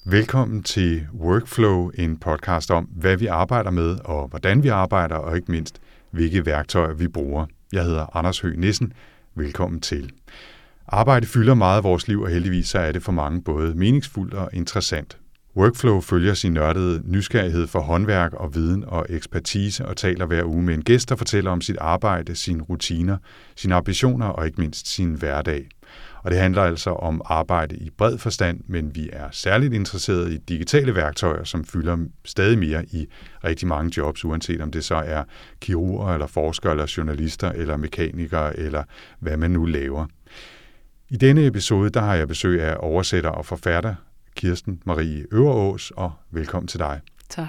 Velkommen til Workflow, en podcast om, hvad vi arbejder med, og hvordan vi arbejder, og ikke mindst, hvilke værktøjer vi bruger. Jeg hedder Anders Høgh Nissen. Velkommen til. Arbejde fylder meget af vores liv, og heldigvis så er det for mange både meningsfuldt og interessant. Workflow følger sin nørdede nysgerrighed for håndværk og viden og ekspertise, og taler hver uge med en gæst, der fortæller om sit arbejde, sine rutiner, sine ambitioner og ikke mindst sin hverdag. Og det handler altså om arbejde i bred forstand, men vi er særligt interesserede i digitale værktøjer, som fylder stadig mere i rigtig mange jobs, uanset om det så er kirurger, eller forskere, eller journalister, eller mekanikere, eller hvad man nu laver. I denne episode, der har jeg besøg af oversætter og forfatter Kirsten Marie Øvreås, og velkommen til dig. Tak.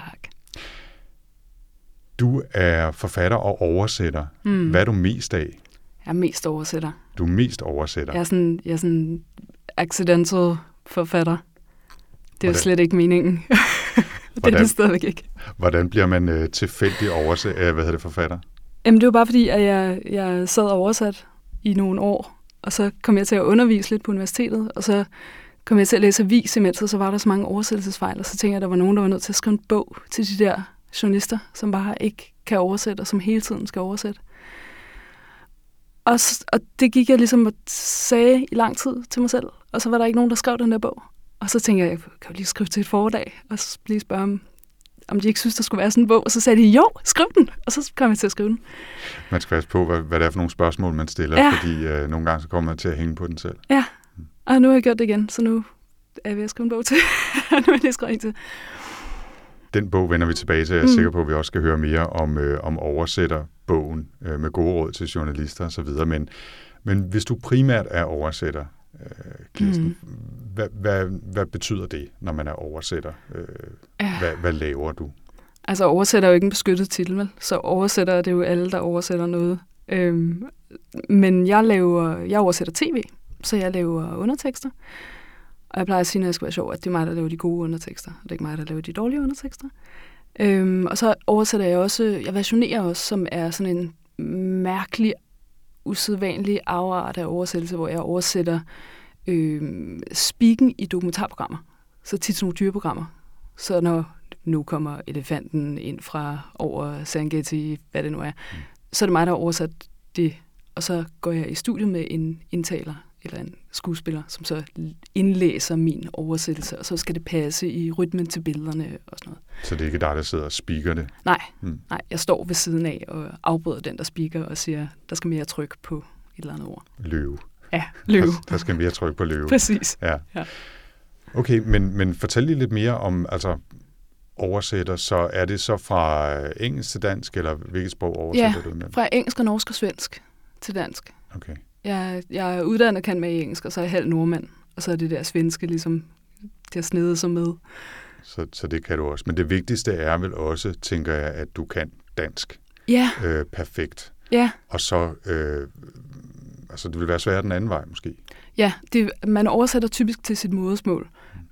Du er forfatter og oversætter. Hvad er du mest af? Jeg er mest oversætter. Du er mest oversætter? Jeg er sådan accidental forfatter. Det er jo slet ikke meningen. Det er det stadigvæk ikke. Hvordan bliver man tilfældig forfatter? Jamen, det var bare fordi, at jeg sad oversat i nogle år, og så kom jeg til at undervise lidt på universitetet, og så kom jeg til at læse avis imens, og så var der så mange oversættelsesfejl, og så tænkte jeg, at der var nogen, der var nødt til at skrive en bog til de der journalister, som bare ikke kan oversætte, og som hele tiden skal oversætte. Og det gik jeg ligesom og sagde i lang tid til mig selv, og så var der ikke nogen, der skrev den der bog. Og så tænkte jeg kan jo lige skrive til et foredrag, og lige spørge om de ikke synes, der skulle være sådan en bog. Og så sagde de, jo, skriv den! Og så kom jeg til at skrive den. Man skal passe på, hvad det er for nogle spørgsmål, man stiller, fordi nogle gange så kommer man til at hænge på den selv. Ja, og nu har jeg gjort det igen, så nu er jeg ved at skrive en bog til. Nu er jeg lige skrevet en til. Den bog vender vi tilbage til. Jeg er sikker på, at vi også skal høre mere om oversætterbogen med gode råd til journalister og så videre. Men hvis du primært er oversætter, Kirsten, hvad betyder det, når man er oversætter? Hvad laver du? Altså oversætter er jo ikke en beskyttet titel, vel? Så oversætter er det jo alle, der oversætter noget. Men jeg oversætter tv, så jeg laver undertekster. Og jeg plejer at sige, når jeg skal være sjov, at det er mig, der laver de gode undertekster, og det er ikke mig, der laver de dårlige undertekster. Og så oversætter jeg også, jeg versionerer også, som er sådan en mærkelig, usædvanlig afart af oversættelse, hvor jeg oversætter speaking i dokumentarprogrammer. Så tit nogle dyreprogrammer. Så når nu kommer elefanten ind fra over Serengeti, hvad det nu er, så er det mig, der har oversat det. Og så går jeg i studiet med en indtaler, eller en skuespiller, som så indlæser min oversættelse, og så skal det passe i rytmen til billederne og sådan noget. Så det er ikke dig, der sidder og speaker det? Nej, jeg står ved siden af og afbryder den, der speaker, og siger, der skal mere tryk på et eller andet ord. Løve. Ja, løve. Der skal mere tryk på løve. Præcis. Ja. Okay, men fortæl lige lidt mere om, altså oversætter, så er det så fra engelsk til dansk, eller hvilket sprog oversætter du med? Ja, fra engelsk og norsk og svensk til dansk. Okay. Jeg er uddannet kan med i engelsk, og så er jeg halv nordmand. Og så er det der svenske, ligesom, det har snedet sig med. Så det kan du også. Men det vigtigste er vel også, tænker jeg, at du kan dansk. Ja. Perfekt. Ja. Og så, det vil være svært den anden vej, måske. Ja, man oversætter typisk til sit modersmål.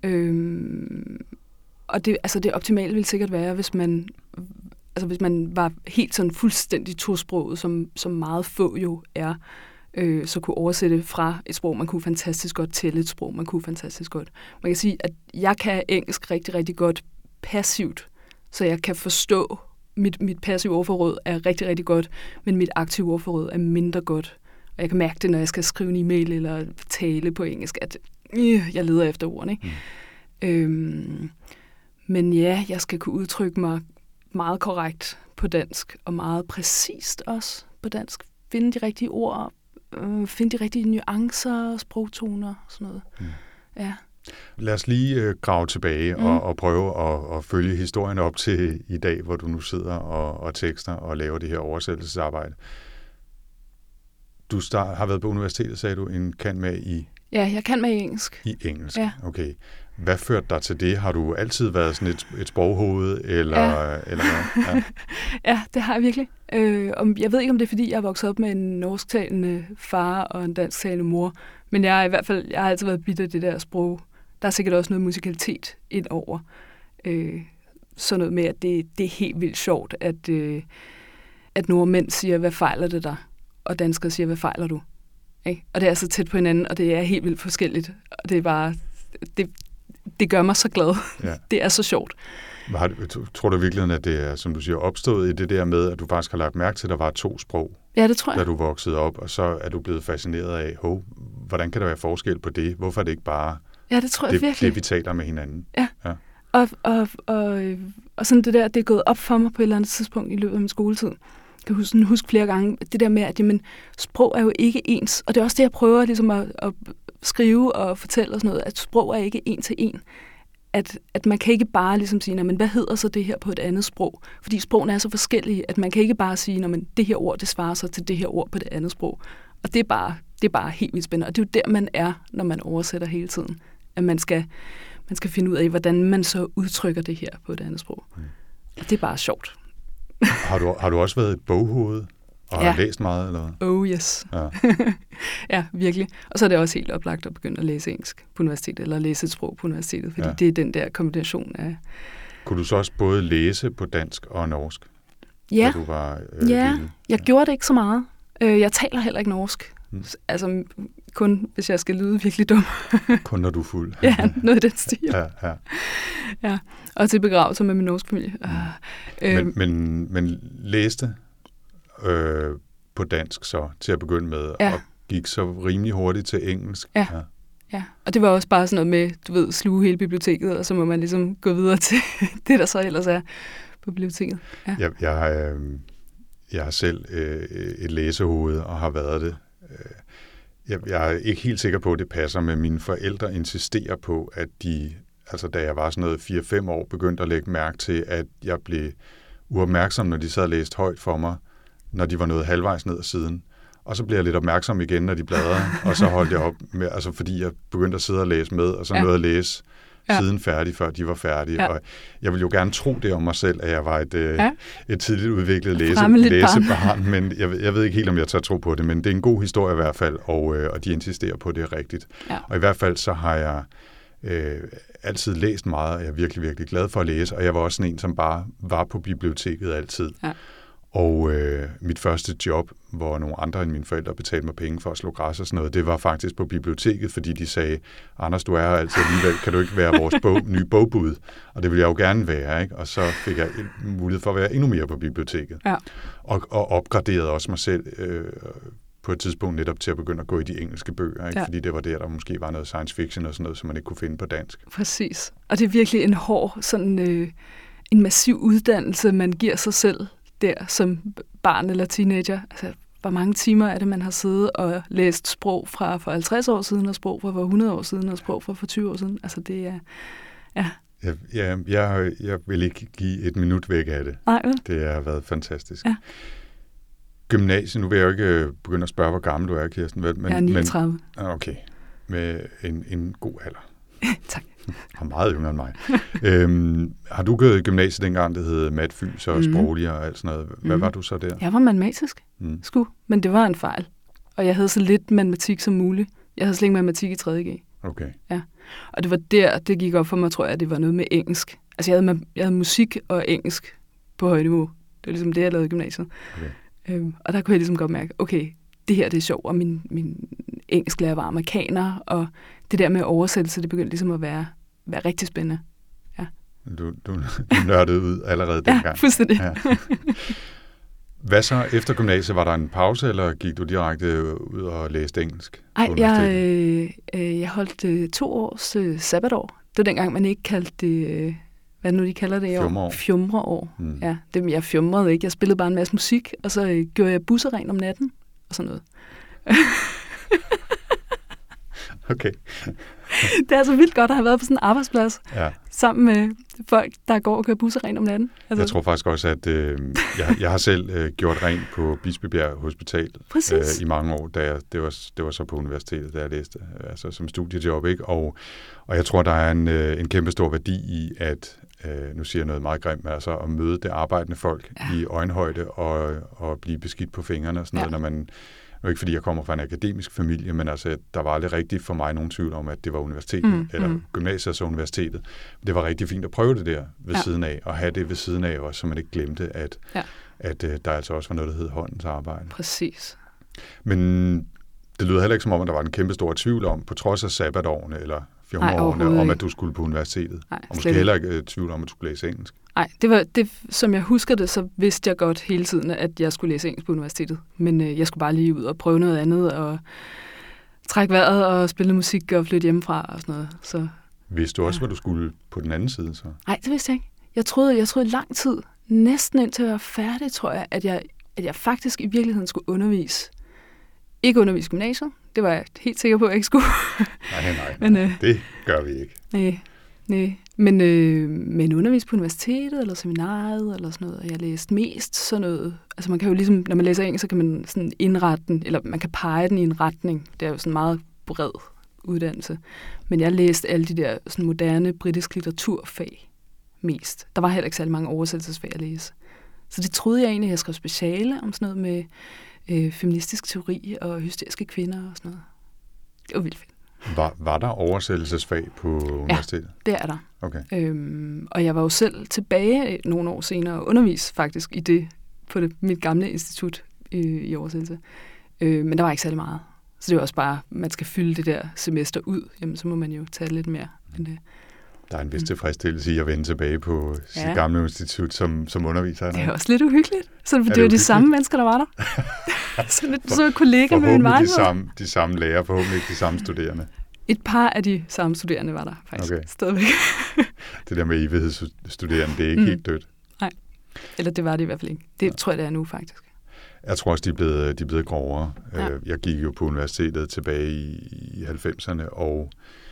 Og det optimale ville sikkert være, hvis man var helt sådan fuldstændig tosproget, som meget få jo er, så kunne oversætte fra et sprog. Man kunne fantastisk godt tælle et sprog. Man kunne fantastisk godt. Man kan sige, at jeg kan engelsk rigtig, rigtig godt passivt, så jeg kan forstå, mit passive ordforråd er rigtig, rigtig godt, men mit aktive ordforråd er mindre godt. Og jeg kan mærke det, når jeg skal skrive en e-mail eller tale på engelsk, at jeg leder efter ordene. Ikke? Men ja, jeg skal kunne udtrykke mig meget korrekt på dansk, og meget præcist også på dansk. Finde de rigtige ord, finde de rigtige nuancer, sprogtoner og sådan noget. Ja. Lad os lige grave tilbage og prøve at følge historien op til i dag, hvor du nu sidder og tekster og laver det her oversættelsesarbejde. Du har været på universitetet, sagde du, en kan med i... Ja, jeg kan med i engelsk. I engelsk, ja. Okay. Hvad førte dig til det? Har du altid været sådan et sproghoved, eller hvad? Ja. Ja, det har jeg virkelig. Jeg ved ikke, om det er, fordi jeg er vokset op med en norsktalende far og en dansktalende mor, men jeg har altid været bidt af det der sprog. Der er sikkert også noget musikalitet ind over. Sådan noget med, at det er helt vildt sjovt, at nordmænd siger, hvad fejler det dig? Og danskere siger, hvad fejler du? Ikke? Og det er så tæt på hinanden, og det er helt vildt forskelligt. Og det er bare... det gør mig så glad. Ja. Det er så sjovt. Tror du virkelig, at det er, som du siger, opstået i det der med, at du faktisk har lagt mærke til, at der var 2 sprog, ja, det tror jeg. Da du voksede op, og så er du blevet fascineret af, hvordan kan der være forskel på det? Hvorfor er det ikke bare ja, det tror jeg virkelig. Det, vi taler med hinanden? Ja. Og sådan det er gået op for mig på et eller andet tidspunkt i løbet af min skoletid. Jeg kan huske flere gange, det der med, at jamen, sprog er jo ikke ens. Og det er også det, jeg prøver ligesom at skrive og fortælle og sådan noget, at sprog er ikke en til en. At man kan ikke bare ligesom sige, men hvad hedder så det her på et andet sprog? Fordi sprogene er så forskellige, at man kan ikke bare sige, men det her ord, det svarer sig til det her ord på det andet sprog. Og det er bare helt vildt spændende. Og det er jo der, man er, når man oversætter hele tiden. At man skal finde ud af, hvordan man så udtrykker det her på et andet sprog. Og det er bare sjovt. Har du også været et boghoved og har læst meget? Eller hvad? Oh yes. Ja. Ja, virkelig. Og så er det også helt oplagt at begynde at læse engelsk på universitetet, eller læse et sprog på universitetet, fordi det er den der kombination af... Kunne du så også både læse på dansk og norsk? Ja, da du var, jeg gjorde det ikke så meget. Jeg taler heller ikke norsk. Altså kun, hvis jeg skal lyde virkelig dum. Kun når du er fuld. Ja, noget i den stil. Ja. Og til begravelser med min norske familie. Men læste på dansk så til at begynde med, og gik så rimelig hurtigt til engelsk. Ja, og det var også bare sådan noget med, sluge hele biblioteket, og så må man ligesom gå videre til det, der så ellers er på biblioteket. Ja. Jeg har selv et læsehoved og har været det. Jeg er ikke helt sikker på, at det passer, men mine forældre insisterer på, at de, altså da jeg var sådan noget 4-5 år, begyndte at lægge mærke til, at jeg blev uopmærksom, når de sad og læste højt for mig, når de var nået halvvejs ned ad siden. Og så blev jeg lidt opmærksom igen, når de bladrede, og så holdt jeg op med, altså fordi jeg begyndte at sidde og læse med, og så nåede at læse siden færdig, før de var færdige. Ja. Og jeg ville jo gerne tro det om mig selv, at jeg var et tidligt udviklet læsebarn, men jeg ved ikke helt, om jeg tør tro på det, men det er en god historie i hvert fald, og de insisterer på, det er rigtigt. Ja. Og i hvert fald så har jeg altid læst meget, og jeg er virkelig, virkelig glad for at læse, og jeg var også sådan en, som bare var på biblioteket altid. Ja. Og mit første job, hvor nogle andre end mine forældre betalte mig penge for at slå græs og sådan noget, det var faktisk på biblioteket, fordi de sagde, Anders, du er her altid alligevel, kan du ikke være vores nye bogbud? Og det ville jeg jo gerne være, ikke? Og så fik jeg mulighed for at være endnu mere på biblioteket. Ja. Og opgraderede også mig selv på et tidspunkt netop til at begynde at gå i de engelske bøger, ikke? Ja. Fordi det var der måske var noget science fiction og sådan noget, som man ikke kunne finde på dansk. Præcis. Og det er virkelig en hård, sådan en massiv uddannelse, man giver sig selv der som barn eller teenager. Altså, hvor mange timer er det, man har siddet og læst sprog fra for 50 år siden, og sprog fra for 100 år siden, og sprog fra for 20 år siden. Altså, det er... Ja. Jeg vil ikke give et minut væk af det. Nej, vel? Det har været fantastisk. Ja. Gymnasiet, nu vil jeg jo ikke begynde at spørge, hvor gammel du er, Kirsten. Men, jeg er 39. Okay, med en god alder. Tak. Har meget yngre end mig. Har du gået i gymnasiet dengang, det hed matfys og sproglig og alt sådan noget? Hvad var du så der? Jeg var matematisk, men det var en fejl. Og jeg havde så lidt matematik som muligt. Jeg havde slet ikke matematik i 3.G. Okay. Ja. Og det var der, det gik op for mig, tror jeg, at det var noget med engelsk. Altså jeg havde musik og engelsk på højniveau. Det var ligesom det, jeg lavede i gymnasiet. Okay. Og der kunne jeg ligesom godt mærke, okay, det her det er sjovt, og min engelsklærer var amerikaner, og det der med oversættelse, det begyndte ligesom at være rigtig spændende. Ja. Du nørdede ud allerede dengang. Ja, fuldstændig. Ja. Hvad så efter gymnasiet? Var der en pause, eller gik du direkte ud og læste engelsk? Nej, jeg holdt 2 års sabbatår. Det var dengang, man ikke kaldte det... hvad nu de kalder det i år? Fjumreår. Ja, jeg fjumrede ikke. Jeg spillede bare en masse musik, og så gjorde jeg busseren om natten, og sådan noget. Okay. Det er så vildt godt at have været på sådan en arbejdsplads, sammen med folk, der går og kører busseren om natten. Altså. Jeg tror faktisk også, at jeg har selv gjort rent på Bispebjerg Hospital i mange år, det var så på universitetet, da jeg læste, altså som studiejob, ikke? Og jeg tror, der er en kæmpe stor værdi i, at nu siger jeg noget meget grimt, altså at møde det arbejdende folk i øjenhøjde og blive beskidt på fingrene og sådan noget, når man... Og ikke fordi jeg kommer fra en akademisk familie, men altså, der var aldrig rigtigt for mig nogen tvivl om, at det var universitetet, eller gymnasiet og universitetet. Det var rigtig fint at prøve det der ved siden af, og have det ved siden af også, så man ikke glemte, at der altså også var noget, der hed håndens arbejde. Præcis. Men det lyder heller ikke som om, at der var en kæmpe stor tvivl om, på trods af sabbatårene, eller fjumreårene om, at du skulle på universitetet? Nej, og måske heller ikke tvivl om, at du skulle læse engelsk? Nej, som jeg husker det, så vidste jeg godt hele tiden, at jeg skulle læse engelsk på universitetet. Men jeg skulle bare lige ud og prøve noget andet, og trække vejret og spille musik og flytte hjemmefra og sådan noget. Så, vidste du også, hvad du skulle på den anden side? Så? Nej, det vidste jeg ikke. Jeg troede lang tid, næsten indtil jeg var færdig, tror jeg, at jeg faktisk i virkeligheden skulle undervise. Ikke undervise gymnasiet. Det var jeg helt sikker på, at jeg ikke skulle. Nej. Men, det gør vi ikke. Nej. Men undervise på universitetet eller seminariet eller sådan noget, og jeg læste mest sådan noget. Altså man kan jo ligesom, når man læser engelsk, så kan man sådan indrette den, eller man kan pege den i en retning. Det er jo sådan en meget bred uddannelse. Men jeg læste alle de der sådan moderne britisk litteraturfag mest. Der var heller ikke særlig mange oversættelsesfag at læse. Så det troede jeg egentlig, at jeg skrev speciale om sådan noget med feministisk teori og hysteriske kvinder og sådan noget. Det var vildt fedt. Var der oversættelsesfag på universitetet? Ja, det er der. Okay. Og jeg var jo selv tilbage nogle år senere og undervise faktisk i det på mit gamle institut i oversættelse. Men der var ikke særlig meget. Så det er også bare, man skal fylde det der semester ud. Jamen, så må man jo tage lidt mere end det. Der er en vis tilfredsstillelse i at vende tilbage på sit gamle institut som underviser. Det er også lidt uhyggeligt. Så det var de samme mennesker, der var der. så kollega med min vej. De samme lærere, forhåbentlig ikke de samme studerende. Et par af de samme studerende var der faktisk stadigvæk. Det der med evighedsstuderende, det er ikke helt dødt. Nej, eller det var det i hvert fald ikke. Det tror jeg, det er nu faktisk. Jeg tror også, de er blevet grovere. Ja. Jeg gik jo på universitetet tilbage i 90'erne, og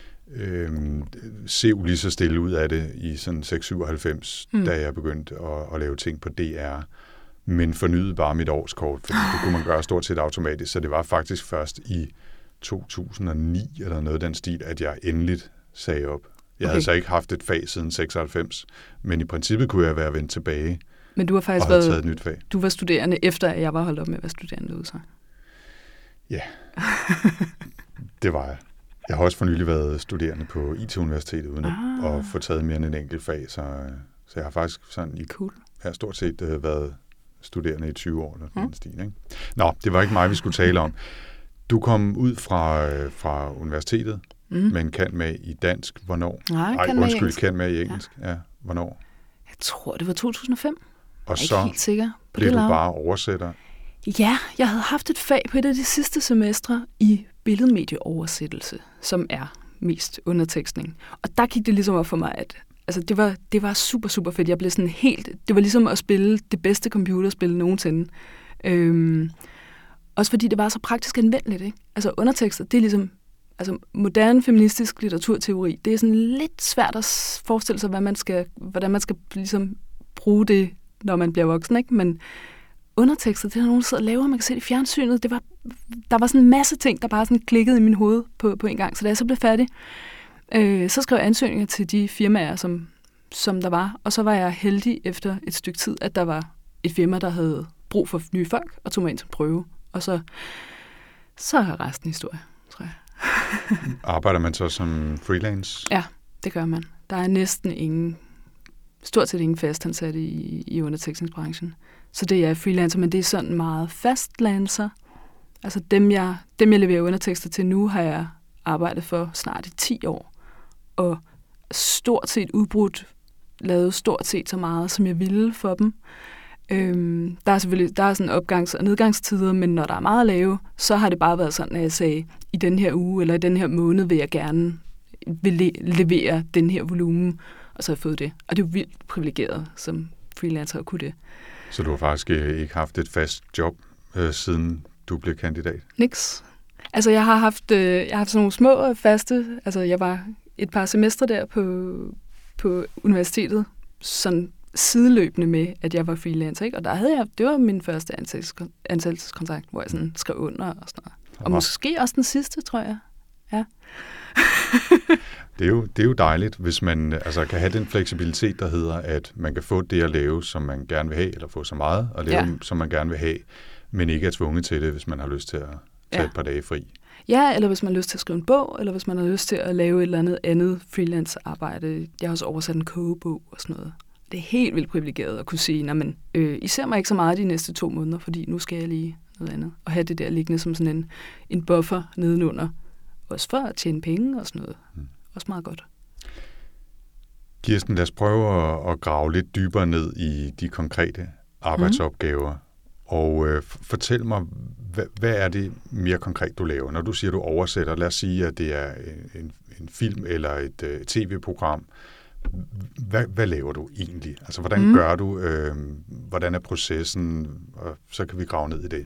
sev lige så stille ud af det i sådan 6-97, da jeg begyndte at lave ting på DR, men fornyede bare mit årskort, fordi det kunne man gøre stort set automatisk, så det var faktisk først i 2009 eller noget af den stil, at jeg endeligt sagde op. Jeg havde så ikke haft et fag siden 96, men i princippet kunne jeg være vendt tilbage. Men du har faktisk taget et nyt fag. Du var studerende efter, at jeg var holdt op med at være studerende derude, så? Ja, det var jeg. Jeg har også for nylig været studerende på IT-universitetet, uden at få taget mere end en enkelt fag, så jeg har faktisk sådan jeg har stort set været studerende i 20 år. Eller den stil, ikke? Nå, det var ikke mig, vi skulle tale om. Du kom ud fra universitetet med en kant med i dansk. Hvornår? Kant med i engelsk. Ja, hvornår? Jeg tror, det var 2005. Og så helt sikker på blev du bare oversætter? Ja, jeg havde haft et fag på et af de sidste semestre i billedmedieoversættelse, som er mest undertekstning. Og der gik det ligesom op for mig, at altså det var super, super fedt. Jeg blev sådan helt... Det var ligesom at spille det bedste computerspil nogensinde. Også fordi det var så praktisk anvendeligt, ikke? Altså undertekster, det er ligesom... Altså moderne feministisk litteraturteori, det er sådan lidt svært at forestille sig, hvordan man skal ligesom bruge det, når man bliver voksen, ikke? Men undertekster, det er nogen, der sidder og laver, man kan se det i fjernsynet. Der var sådan en masse ting, der bare sådan klikkede i min hoved på en gang. Så da jeg så blev færdig, så skrev jeg ansøgninger til de firmaer, som der var. Og så var jeg heldig efter et stykke tid, at der var et firma, der havde brug for nye folk, og tog mig ind til prøve. Og så er resten historie, tror jeg. Arbejder man så som freelance? Ja, det gør man. Der er stort set ingen fastansatte i undertekstningsbranchen. Så det er freelancer, men det er sådan meget fastlancer. Altså dem jeg leverer undertekster til nu, har jeg arbejdet for snart i 10 år. Og stort set udbrudt, lavet stort set så meget, som jeg ville for dem. Der er sådan opgangs- og nedgangstider, men når der er meget at lave, så har det bare været sådan, at jeg sagde, i den her uge eller i den her måned vil jeg gerne levere den her volumen, og så har jeg fået det. Og det er jo vildt privilegeret som freelancer at kunne det. Så du har faktisk ikke haft et fast job, siden du blev kandidat? Niks. Altså jeg har haft sådan nogle små faste, altså jeg var et par semestre der på universitetet, sådan sideløbende med, at jeg var freelancer, ikke? Og det var min første ansættelseskontrakt, hvor jeg sådan skrev under og sådan noget. Og måske også den sidste, tror jeg. Ja. Det er jo dejligt, hvis man altså kan have den fleksibilitet, der hedder, at man kan få det at lave, som man gerne vil have, eller få så meget at lave, som man gerne vil have, men ikke er tvunget til det, hvis man har lyst til at tage et par dage fri. Ja, eller hvis man har lyst til at skrive en bog, eller hvis man har lyst til at lave et eller andet freelance-arbejde. Jeg har også oversat en kogebog og sådan noget. Det er helt vildt privilegeret at kunne sige, men I ser mig ikke så meget de næste 2 måneder, fordi nu skal jeg lige noget andet. Og have det der liggende som sådan en buffer nedenunder. Også for at tjene penge og sådan noget. også meget godt. Kirsten, lad os prøve at grave lidt dybere ned i de konkrete arbejdsopgaver. Og fortæl mig, hvad er det mere konkret, du laver? Når du siger, du oversætter, lad os sige, at det er en film eller et tv-program. Hvad laver du egentlig? Altså, hvordan gør du? Hvordan er processen? Og så kan vi grave ned i det.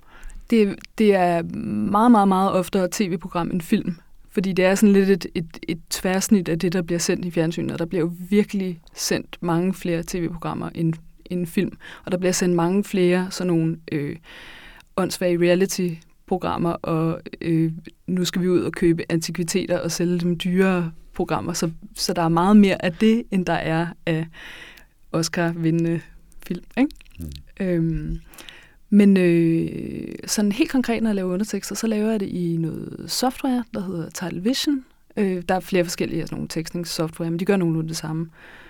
Det er meget, meget, meget oftere tv-program end film. Fordi det er sådan lidt et tværsnit af det, der bliver sendt i fjernsynet. Og der bliver jo virkelig sendt mange flere tv-programmer end film. Og der bliver sendt mange flere sådan nogle åndssvage reality-programmer, og nu skal vi ud og købe antikviteter og sælge dem dyrere programmer. Så der er meget mere af det, end der er af Oscar-vindende film, ikke? Men sådan helt konkret, når jeg laver undertekster, så laver jeg det i noget software, der hedder Tidal Vision. Der er flere forskellige sådan nogle tekstningssoftware, men de gør nogenlunde det samme.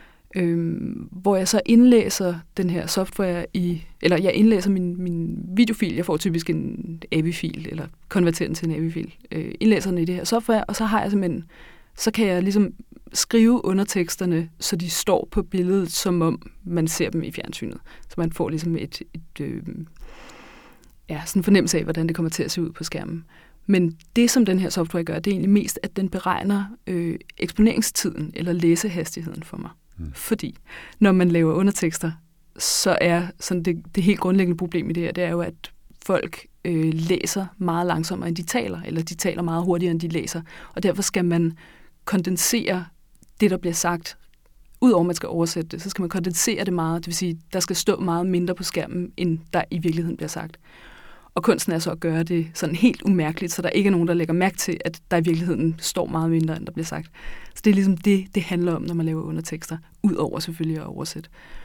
Hvor jeg så indlæser den her software eller jeg indlæser min videofil. Jeg får typisk en AVI-fil, eller konverterer den til en AVI-fil. Indlæser den i det her software, og så har jeg simpelthen, så kan jeg ligesom skrive underteksterne, så de står på billedet, som om man ser dem i fjernsynet. Så man får ligesom sådan en fornemmelse af, hvordan det kommer til at se ud på skærmen. Men det, som den her software gør, det er egentlig mest, at den beregner eksponeringstiden eller læsehastigheden for mig. Fordi når man laver undertekster, så er sådan det helt grundlæggende problem i det her, det er jo, at folk læser meget langsommere, end de taler, eller de taler meget hurtigere, end de læser. Og derfor skal man kondensere det, der bliver sagt. Udover at man skal oversætte det, så skal man kondensere det meget. Det vil sige, der skal stå meget mindre på skærmen, end der i virkeligheden bliver sagt. Og kunsten er så at gøre det sådan helt umærkeligt, så der ikke er nogen, der lægger mærke til, at der i virkeligheden står meget mindre, end der bliver sagt. Så det er ligesom det handler om, når man laver undertekster, udover selvfølgelig at oversætte.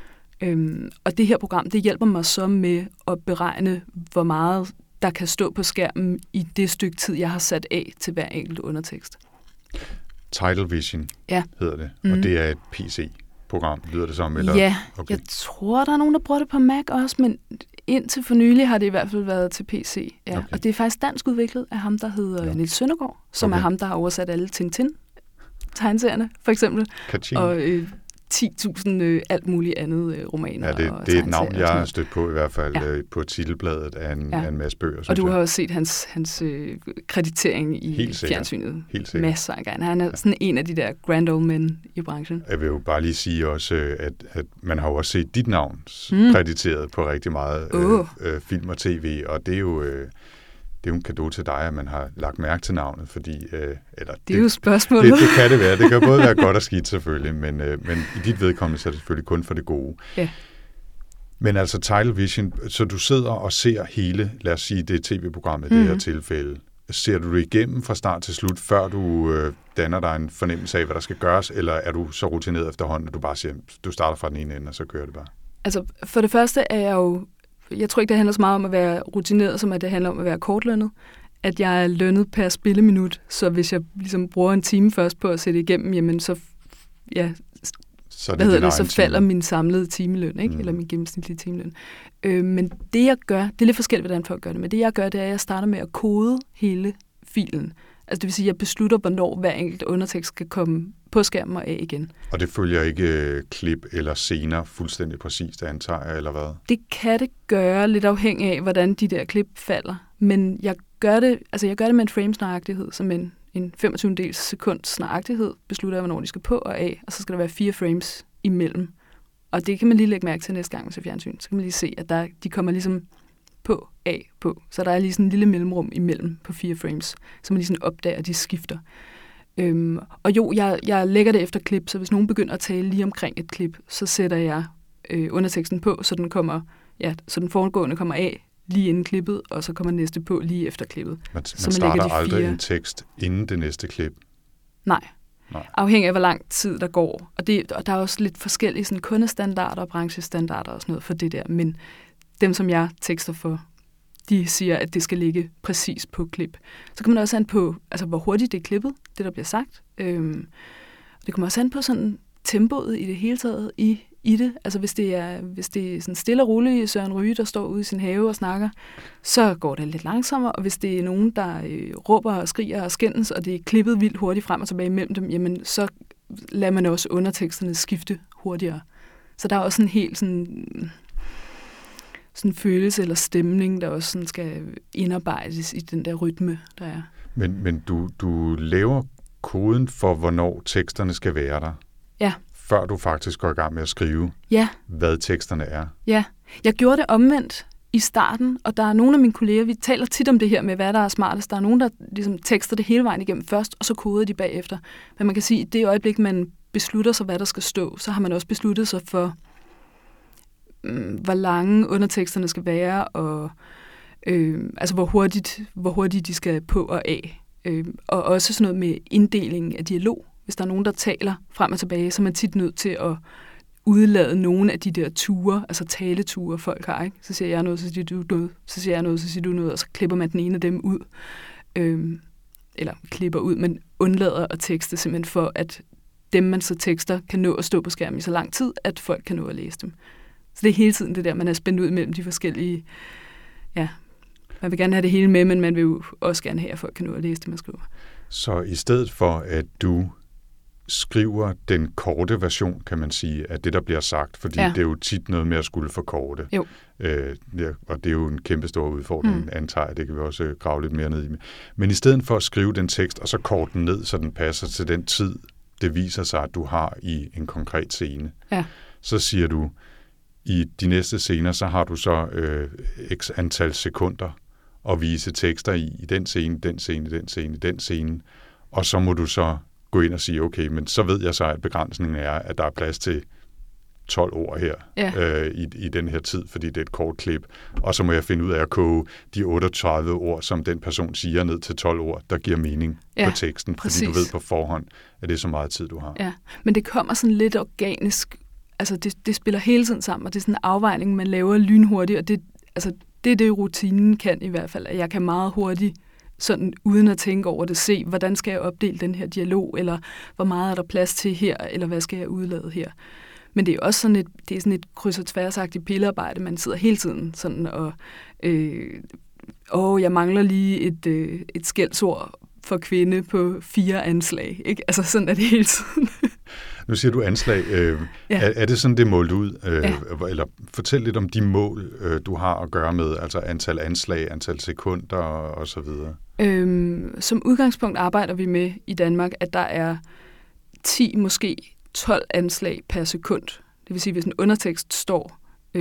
Og det her program, det hjælper mig så med at beregne, hvor meget der kan stå på skærmen i det stykke tid, jeg har sat af til hver enkelt undertekst. Tidal Vision hedder det, og det er et PC-program, lyder det som? Eller? Ja, okay. Jeg tror, der er nogen, der bruger det på Mac også, men indtil for nylig har det i hvert fald været til PC. Ja. Okay. Og det er faktisk dansk udviklet af ham, der hedder Niels Søndergaard, som er ham, der har oversat alle Tintin-tegneserierne, for eksempel. Kaching. Og 10.000 alt muligt andet romaner. Ja, det er et navn, jeg har stødt på i hvert fald på titelbladet af en masse bøger. Og du har også set hans kreditering i fjernsynet. Helt sikkert. Masser af gange. Han er sådan en af de der grand old men i branchen. Jeg vil jo bare lige sige også, at man har jo også set dit navn krediteret på rigtig meget film og tv, og det er jo... Det er jo en cadeau til dig, at man har lagt mærke til navnet, fordi... det er jo spørgsmålet. Det kan det være. Det kan både være godt og skidt selvfølgelig, men i dit vedkommende så er det selvfølgelig kun for det gode. Ja. Men altså Tidal Vision, så du sidder og ser hele, lad os sige, det tv-programmet i det her tilfælde. Ser du det igennem fra start til slut, før du danner dig en fornemmelse af, hvad der skal gøres, eller er du så rutineret efterhånden, at du bare siger, du starter fra den ene ende, og så kører det bare? Altså, for det første er jeg jo... Jeg tror ikke, det handler så meget om at være rutineret, som at det handler om at være kortlønnet. At jeg er lønnet per spilleminut, så hvis jeg ligesom bruger en time først på at sætte igennem, jamen så falder min samlede timeløn, ikke? Eller min gennemsnitlige timeløn. Men det jeg gør, det er lidt forskelligt, hvordan folk gør det, men det jeg gør, det er, at jeg starter med at kode hele filen. Altså det vil sige, at jeg beslutter, hvornår hver enkelt undertekst skal komme på skærmen og af igen. Og det følger ikke klip eller scener fuldstændig præcist, det antager jeg, eller hvad? Det kan det gøre, lidt afhængig af, hvordan de der klip falder. Men jeg gør det med en frame-snaragtighed, som en 25. sekunds snaragtighed, beslutter jeg, hvornår de skal på og af, og så skal der være 4 frames imellem. Og det kan man lige lægge mærke til næste gang, man ser fjernsyn. Så kan man lige se, at de kommer ligesom på, af, på. Så der er lige sådan en lille mellemrum imellem på 4 frames, så man lige sådan opdager, at de skifter. Og jo, jeg lægger det efter klip, så hvis nogen begynder at tale lige omkring et klip, så sætter jeg underteksten på, så den foregående kommer af lige inden klippet, og så kommer næste på lige efter klippet. Man starter aldrig en tekst inden det næste klip? Nej. Afhængig af, hvor lang tid der går. Og der er også lidt forskellige sådan, kundestandarder og branchestandarder og sådan noget for det der, men dem, som jeg tekster for, de siger, at det skal ligge præcis på klip. Så kan man også an på, altså, hvor hurtigt det er klippet, det der bliver sagt. Det kommer også an på sådan tempoet i det hele taget i det. Altså hvis det er sådan stille og roligt Søren Ryge, der står ude i sin have og snakker, så går det lidt langsommere, og hvis det er nogen, der råber og skriger og skændes, og det er klippet vildt hurtigt frem og tilbage imellem dem, jamen så lader man også underteksterne skifte hurtigere. Så der er også en helt sådan følelse eller stemning, der også sådan skal indarbejdes i den der rytme, der er. Men du laver koden for, hvornår teksterne skal være der? Ja. Før du faktisk går i gang med at skrive, hvad teksterne er? Ja. Jeg gjorde det omvendt i starten, og der er nogle af mine kolleger, vi taler tit om det her med, hvad der er smartest. Der er nogen, der ligesom tekster det hele vejen igennem først, og så koder de bagefter. Men man kan sige, at i det øjeblik, man beslutter sig, hvad der skal stå, så har man også besluttet sig for, hvor lange underteksterne skal være, og altså hvor hurtigt de skal på og af. Og også sådan noget med inddelingen af dialog. Hvis der er nogen, der taler frem og tilbage, så er man tit nødt til at udlade nogle af de der ture, altså taleture, folk har, ikke? Så siger jeg noget, så siger du noget, så siger jeg noget, så siger du noget, og så klipper man den ene af dem ud. Eller klipper ud, men undlader at tekste simpelthen for, at dem, man så tekster, kan nå at stå på skærmen i så lang tid, at folk kan nå at læse dem. Så det er hele tiden det der, man er spændt ud mellem de forskellige, man vil gerne have det hele med, men man vil jo også gerne have, at folk kan nå at læse det, man skriver. Så i stedet for, at du skriver den korte version, kan man sige, af det, der bliver sagt, fordi det er jo tit noget med at skulle forkorte. Jo. Og det er jo en kæmpe stor udfordring, antager jeg. Det kan vi også grave lidt mere ned i. Men i stedet for at skrive den tekst, og så korte den ned, så den passer til den tid, det viser sig, at du har i en konkret scene, så siger du, i de næste scener, så har du så x antal sekunder at vise tekster i den scene, den scene, den scene, den scene, og så må du så gå ind og sige, okay, men så ved jeg så, at begrænsningen er, at der er plads til 12 ord her i den her tid, fordi det er et kort klip, og så må jeg finde ud af at koge de 38 ord, som den person siger, ned til 12 ord, der giver mening på teksten, præcis. Fordi du ved på forhånd, at det er så meget tid, du har. Ja, men det kommer sådan lidt organisk, altså det spiller hele tiden sammen, og det er sådan en afvejning, man laver lynhurtigt, og det er det, rutinen kan i hvert fald, at jeg kan meget hurtigt, sådan uden at tænke over det, se, hvordan skal jeg opdele den her dialog, eller hvor meget er der plads til her, eller hvad skal jeg udlade her. Men det er også sådan et kryds og tværsagtigt pillearbejde, man sidder hele tiden sådan og jeg mangler lige et skældsord for kvinde på 4 anslag, ikke? Altså sådan er det hele tiden. Nu siger du anslag. Er det sådan, det er målt ud? Eller fortæl lidt om de mål, du har at gøre med, altså antal anslag, antal sekunder og så videre. Som udgangspunkt arbejder vi med i Danmark, at der er 10, måske 12 anslag per sekund. Det vil sige, hvis en undertekst står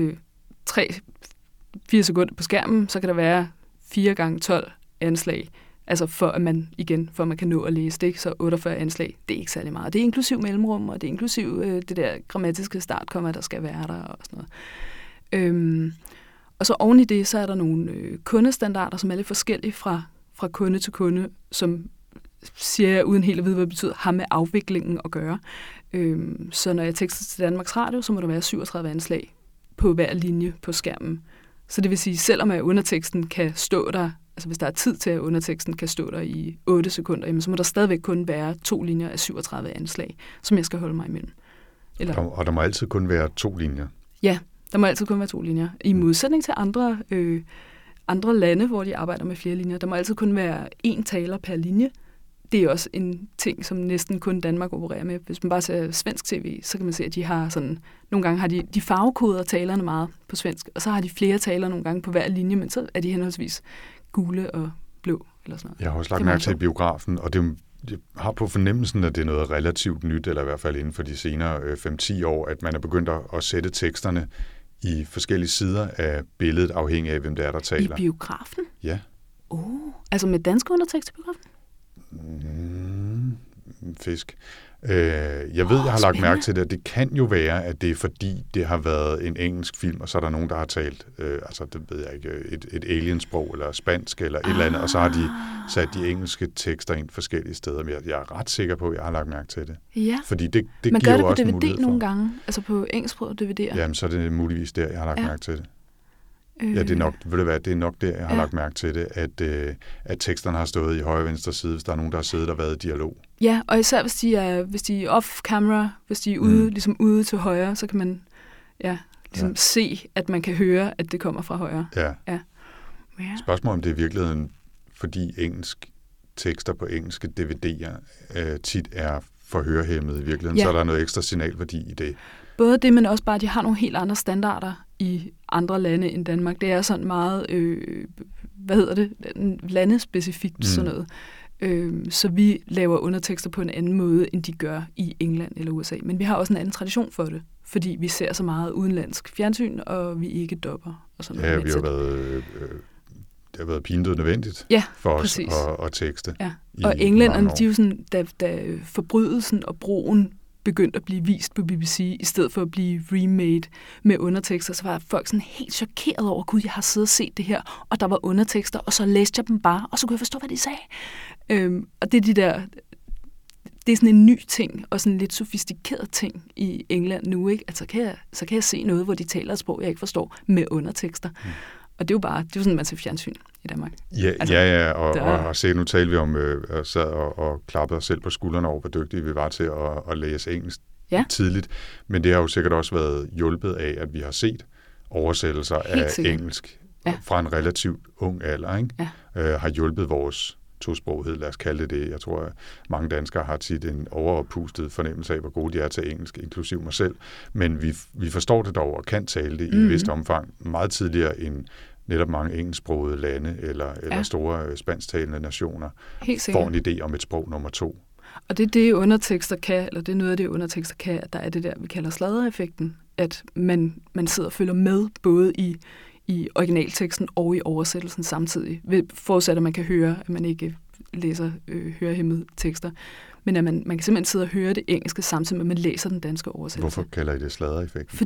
3-4 sekunder på skærmen, så kan der være 4 gange 12 anslag. Altså for at man kan nå at læse det, ikke? Så 48 anslag, det er ikke særlig meget. Det er inklusiv mellemrum, og det er inklusiv det der grammatiske startkomma, der skal være der og sådan noget. Og så oven i det, så er der nogle kundestandarder, som er lidt forskellige fra kunde til kunde, som siger jeg uden helt at vide, hvad det betyder, har med afviklingen at gøre. Så når jeg tekster til Danmarks Radio, så må der være 37 anslag på hver linje på skærmen. Så det vil sige, selvom underteksten kan stå der, altså hvis der er tid til, at underteksten kan stå der i 8 sekunder, jamen, så må der stadigvæk kun være 2 linjer af 37 anslag, som jeg skal holde mig imellem. Og der må altid kun være 2 linjer? Ja, der må altid kun være 2 linjer. I modsætning til andre lande, hvor de arbejder med flere linjer. Der må altid kun være 1 taler per linje. Det er også en ting, som næsten kun Danmark opererer med. Hvis man bare ser svensk tv, så kan man se, at de har sådan... Nogle gange har de farvekoder talerne meget på svensk, og så har de flere taler nogle gange på hver linje, men så er de henholdsvis gule og blå eller sådan noget. Jeg har også lagt mærke til biografen, og jeg har på fornemmelsen, at det er noget relativt nyt, eller i hvert fald inden for de senere 5-10 år, at man er begyndt at sætte teksterne i forskellige sider af billedet, afhængig af, hvem det er, der taler. I biografen? Ja. Altså med dansk undertekst i biografen? Fisk. Jeg ved, jeg har lagt mærke til det, det kan jo være, at det er fordi, det har været en engelsk film, og så er der nogen, der har talt, altså det ved jeg ikke, et aliensprog, eller spansk, eller et eller andet, og så har de sat de engelske tekster ind forskellige steder. Men jeg er ret sikker på, at jeg har lagt mærke til det. Ja. Fordi det man giver gør det jo også på en mulighed DVD nogle gange, altså på engelsksproget DVD'er. Jamen, så er det muligvis der, jeg har lagt mærke til det. Ja, det er nok, det er nok der, jeg har lagt mærke til det, at teksterne har stået i højre og venstre side, hvis der er nogen, der har siddet og været i dialog. Ja, og især hvis de er off-camera, hvis de er ude, ligesom ude til højre, så kan man ligesom se, at man kan høre, at det kommer fra højre. Ja. Spørgsmålet om det i virkeligheden, fordi engelsk tekster på engelske DVD'er tit er for hørehæmmede i virkeligheden, så er der noget ekstra signalværdi i det. Både det, men også bare, at de har nogle helt andre standarder i andre lande end Danmark. Det er sådan meget, landespecifikt sådan noget. Så vi laver undertekster på en anden måde, end de gør i England eller USA. Men vi har også en anden tradition for det, fordi vi ser så meget udenlandsk fjernsyn, og vi ikke dubber. Og sådan noget. Vi har været... Det har været pinligt nødvendigt for os at tekste. Ja. Og englænderne, de er jo sådan, da forbrydelsen og broen begyndte at blive vist på BBC, i stedet for at blive remade med undertekster, så var folk sådan helt chokeret over, gud, jeg har siddet og set det her, og der var undertekster, og så læste jeg dem bare, og så kunne jeg forstå, hvad de sagde. Og det er det er sådan en ny ting, og sådan en lidt sofistikeret ting i England nu, ikke? Altså, så kan jeg se noget, hvor de taler et sprog, jeg ikke forstår, med undertekster. Og det er jo sådan, man ser fjernsyn i Danmark. Og se, nu talte vi om, sad og klappede os selv på skuldrene over, hvor dygtige vi var til at læse engelsk tidligt. Men det har jo sikkert også været hjulpet af, at vi har set oversættelser af engelsk fra en relativt ung alder, ikke? Har hjulpet vores tosprogethed, lad os kalde det. Jeg tror, at mange danskere har tit en overoppustet fornemmelse af, hvor gode de er til engelsk, inklusiv mig selv. Men vi forstår det dog og kan tale det i et vist omfang meget tidligere end netop mange engelsksprogede lande eller store spansktalende nationer får en idé om et sprog nummer 2. Og det er det, undertekster kan, eller det er noget af det, undertekster kan, at der er det der, vi kalder sladdereffekten, at man sidder og følger med både i originalteksten og i oversættelsen samtidig. Forudsat, at man kan høre, at man ikke læser hørehæmmede tekster. Men at man kan simpelthen sidde og høre det engelske samtidig med, at man læser den danske oversættelse. Hvorfor kalder I det sladdereffekten?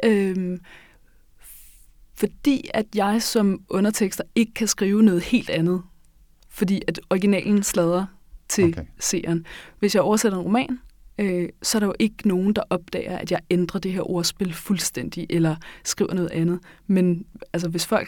Fordi at jeg som undertekster ikke kan skrive noget helt andet. Fordi at originalen sladrer til seeren. Hvis jeg oversætter en roman, så er der jo ikke nogen, der opdager, at jeg ændrer det her ordspil fuldstændig, eller skriver noget andet. Men altså,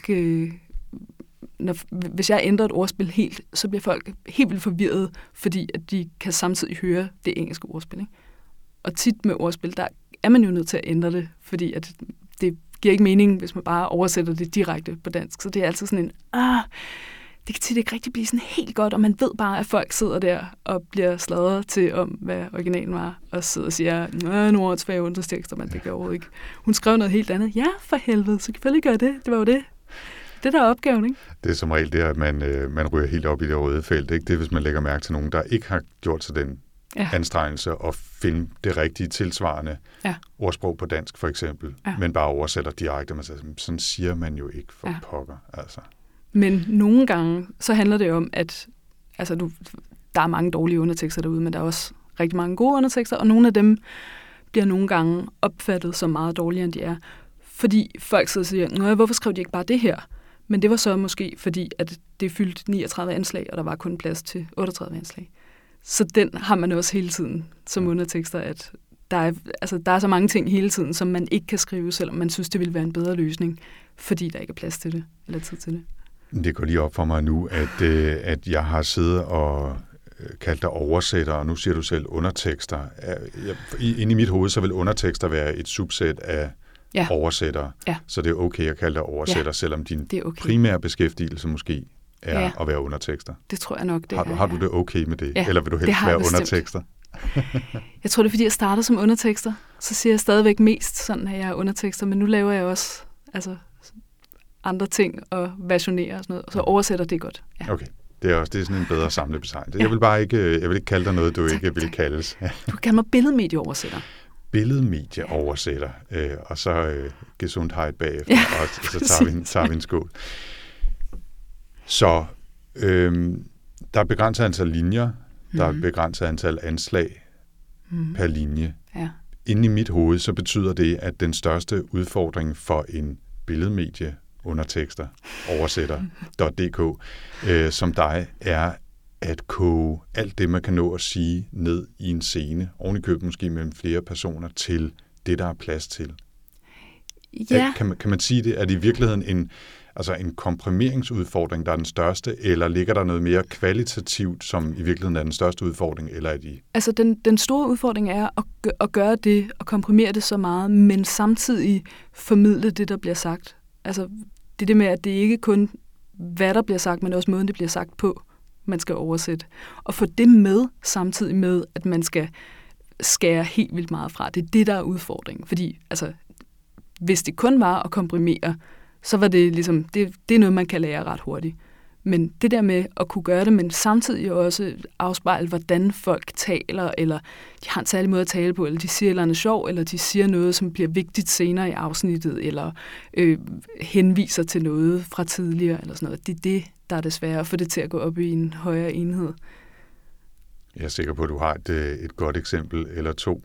hvis jeg ændrer et ordspil helt, så bliver folk helt vildt forvirret, fordi at de kan samtidig høre det engelske ordspil. Ikke? Og tit med ordspil, der er man jo nødt til at ændre det, fordi at det giver ikke mening, hvis man bare oversætter det direkte på dansk. Så det er altid sådan det kan tit ikke rigtig blive sådan helt godt, og man ved bare, at folk sidder der og bliver sladret til om, hvad originalen var, og sidder og siger, nogle årsfærdige undertekster, men det gør overhovedet ikke. Hun skrev noget helt andet. Ja, for helvede, så selvfølgelig gør det. Det var jo det. Det der er opgaven, ikke? Det er som regel det, at man ryger helt op i det røde felt, ikke? Det er, hvis man lægger mærke til nogen, der ikke har gjort sig den anstrengelse at finde det rigtige tilsvarende ordsprog på dansk, for eksempel, men bare oversætter direkte. Man siger, sådan siger man jo ikke for pokker, altså. Men nogle gange, så handler det om, at der er mange dårlige undertekster derude, men der er også rigtig mange gode undertekster, og nogle af dem bliver nogle gange opfattet som meget dårligere, end de er. Fordi folk sidder og siger, hvorfor skrev de ikke bare det her? Men det var så måske fordi, at det fyldte 39 anslag, og der var kun plads til 38 anslag. Så den har man også hele tiden som undertekster, at der er så mange ting hele tiden, som man ikke kan skrive, selvom man synes, det ville være en bedre løsning, fordi der ikke er plads til det, eller tid til det. Det går lige op for mig nu, at jeg har siddet og kaldt dig oversætter, og nu siger du selv undertekster. Inde i mit hoved, så vil undertekster være et subsæt af oversættere. Ja. Så det er okay at kalde dig oversætter, selvom din primære beskæftigelse måske er at være undertekster. Det tror jeg nok, det er. Har du det okay med det? Ja, eller vil du helst være undertekster? Jeg tror, det er, fordi jeg startede som undertekster. Så siger jeg stadigvæk mest sådan, at jeg er undertekster, men nu laver jeg også andre ting og versionerer og sådan noget, og så oversætter det godt. Ja. Okay. Det er sådan en bedre samlebetegnelse. Jeg vil ikke kalde dig noget, du ikke vil kaldes. Du kan kalde mig billedmedieoversætter. Billedmedieoversætter, og så Gesundheit bagefter, og så tager vi en skål. Så der er begrænset antal linjer, der er begrænset antal anslag per linje. Ja. Inde i mit hoved, så betyder det, at den største udfordring for en billedmedie undertekster, oversætter.dk, som dig, er at koge alt det, man kan nå at sige, ned i en scene, oven i købet måske mellem flere personer, til det, der er plads til. Ja. Kan man sige det? Er det i virkeligheden altså en komprimeringsudfordring, der er den største, eller ligger der noget mere kvalitativt, som i virkeligheden er den største udfordring, eller er de? Altså den store udfordring er at gøre det, og komprimere det så meget, men samtidig formidle det, der bliver sagt. Altså det med, at det ikke kun hvad der bliver sagt, men også måden, det bliver sagt på, man skal oversætte. Og få det med, samtidig med, at man skal skære helt vildt meget fra. Det er det, der er udfordringen. Fordi altså, hvis det kun var at komprimere, så var det ligesom, det er noget, man kan lære ret hurtigt. Men det der med at kunne gøre det, men samtidig også afspejle, hvordan folk taler, eller de har en særlig måde at tale på, eller de siger et eller andet sjov, eller de siger noget, som bliver vigtigt senere i afsnittet, eller henviser til noget fra tidligere, eller sådan noget. Det er det, der er det svære, at få det til at gå op i en højere enhed. Jeg er sikker på, at du har et godt eksempel eller to.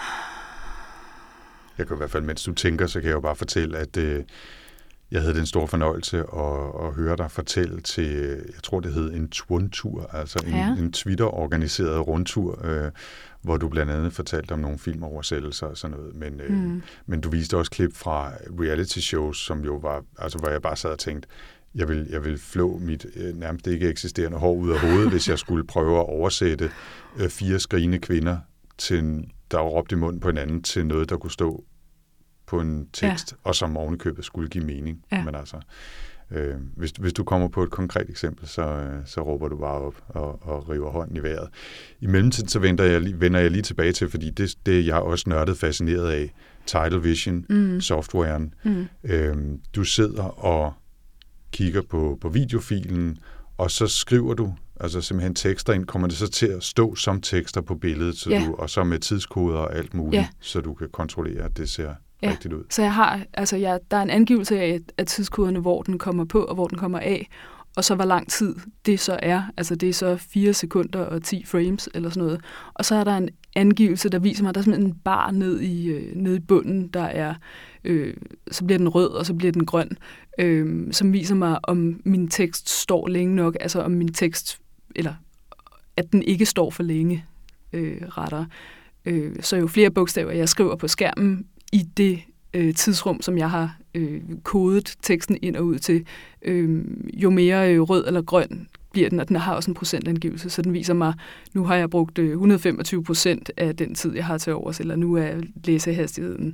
Jeg kan i hvert fald, mens du tænker, så kan jeg jo bare fortælle, at jeg havde den store fornøjelse at høre dig fortælle til, jeg tror det hed en twuntur, altså en Twitter-organiseret rundtur, hvor du blandt andet fortalte om nogle filmoversættelser og sådan noget. Men du viste også klip fra reality shows, som jo var, altså hvor jeg bare sad og tænkte, jeg vil flå mit nærmest ikke eksisterende hår ud af hovedet, hvis jeg skulle prøve at oversætte 4 skrigende kvinder, der råbte i munden på hinanden, til noget, der kunne stå på en tekst, og som ovenikøbet skulle give mening. Ja. Men altså, hvis du kommer på et konkret eksempel, så råber du bare op og river hånden i vejret. I mellemtiden så vender jeg lige tilbage til, fordi det jeg er også nørdet fascineret af, Tidal Vision, softwaren. Du sidder og kigger på videofilen, og så skriver du altså simpelthen tekster ind, kommer det så til at stå som tekster på billedet, så og så med tidskoder og alt muligt, så du kan kontrollere, at det ser rigtigt ud. Så jeg har, der er en angivelse af tidskoderne, hvor den kommer på, og hvor den kommer af, og så hvor lang tid det så er. Altså det er så 4 sekunder og 10 frames, eller sådan noget. Og så er der en angivelse, der viser mig, at der er simpelthen en bar ned i bunden, der er, så bliver den rød, og så bliver den grøn, som viser mig, om min tekst står længe nok, altså om min tekst, eller at den ikke står for længe, rettere. Så jo flere bogstaver, jeg skriver på skærmen i det tidsrum, som jeg har kodet teksten ind og ud til, jo mere rød eller grøn bliver den, og den har også en procentangivelse, så den viser mig, nu har jeg brugt 125% af den tid, jeg har til overs, eller nu er læsehastigheden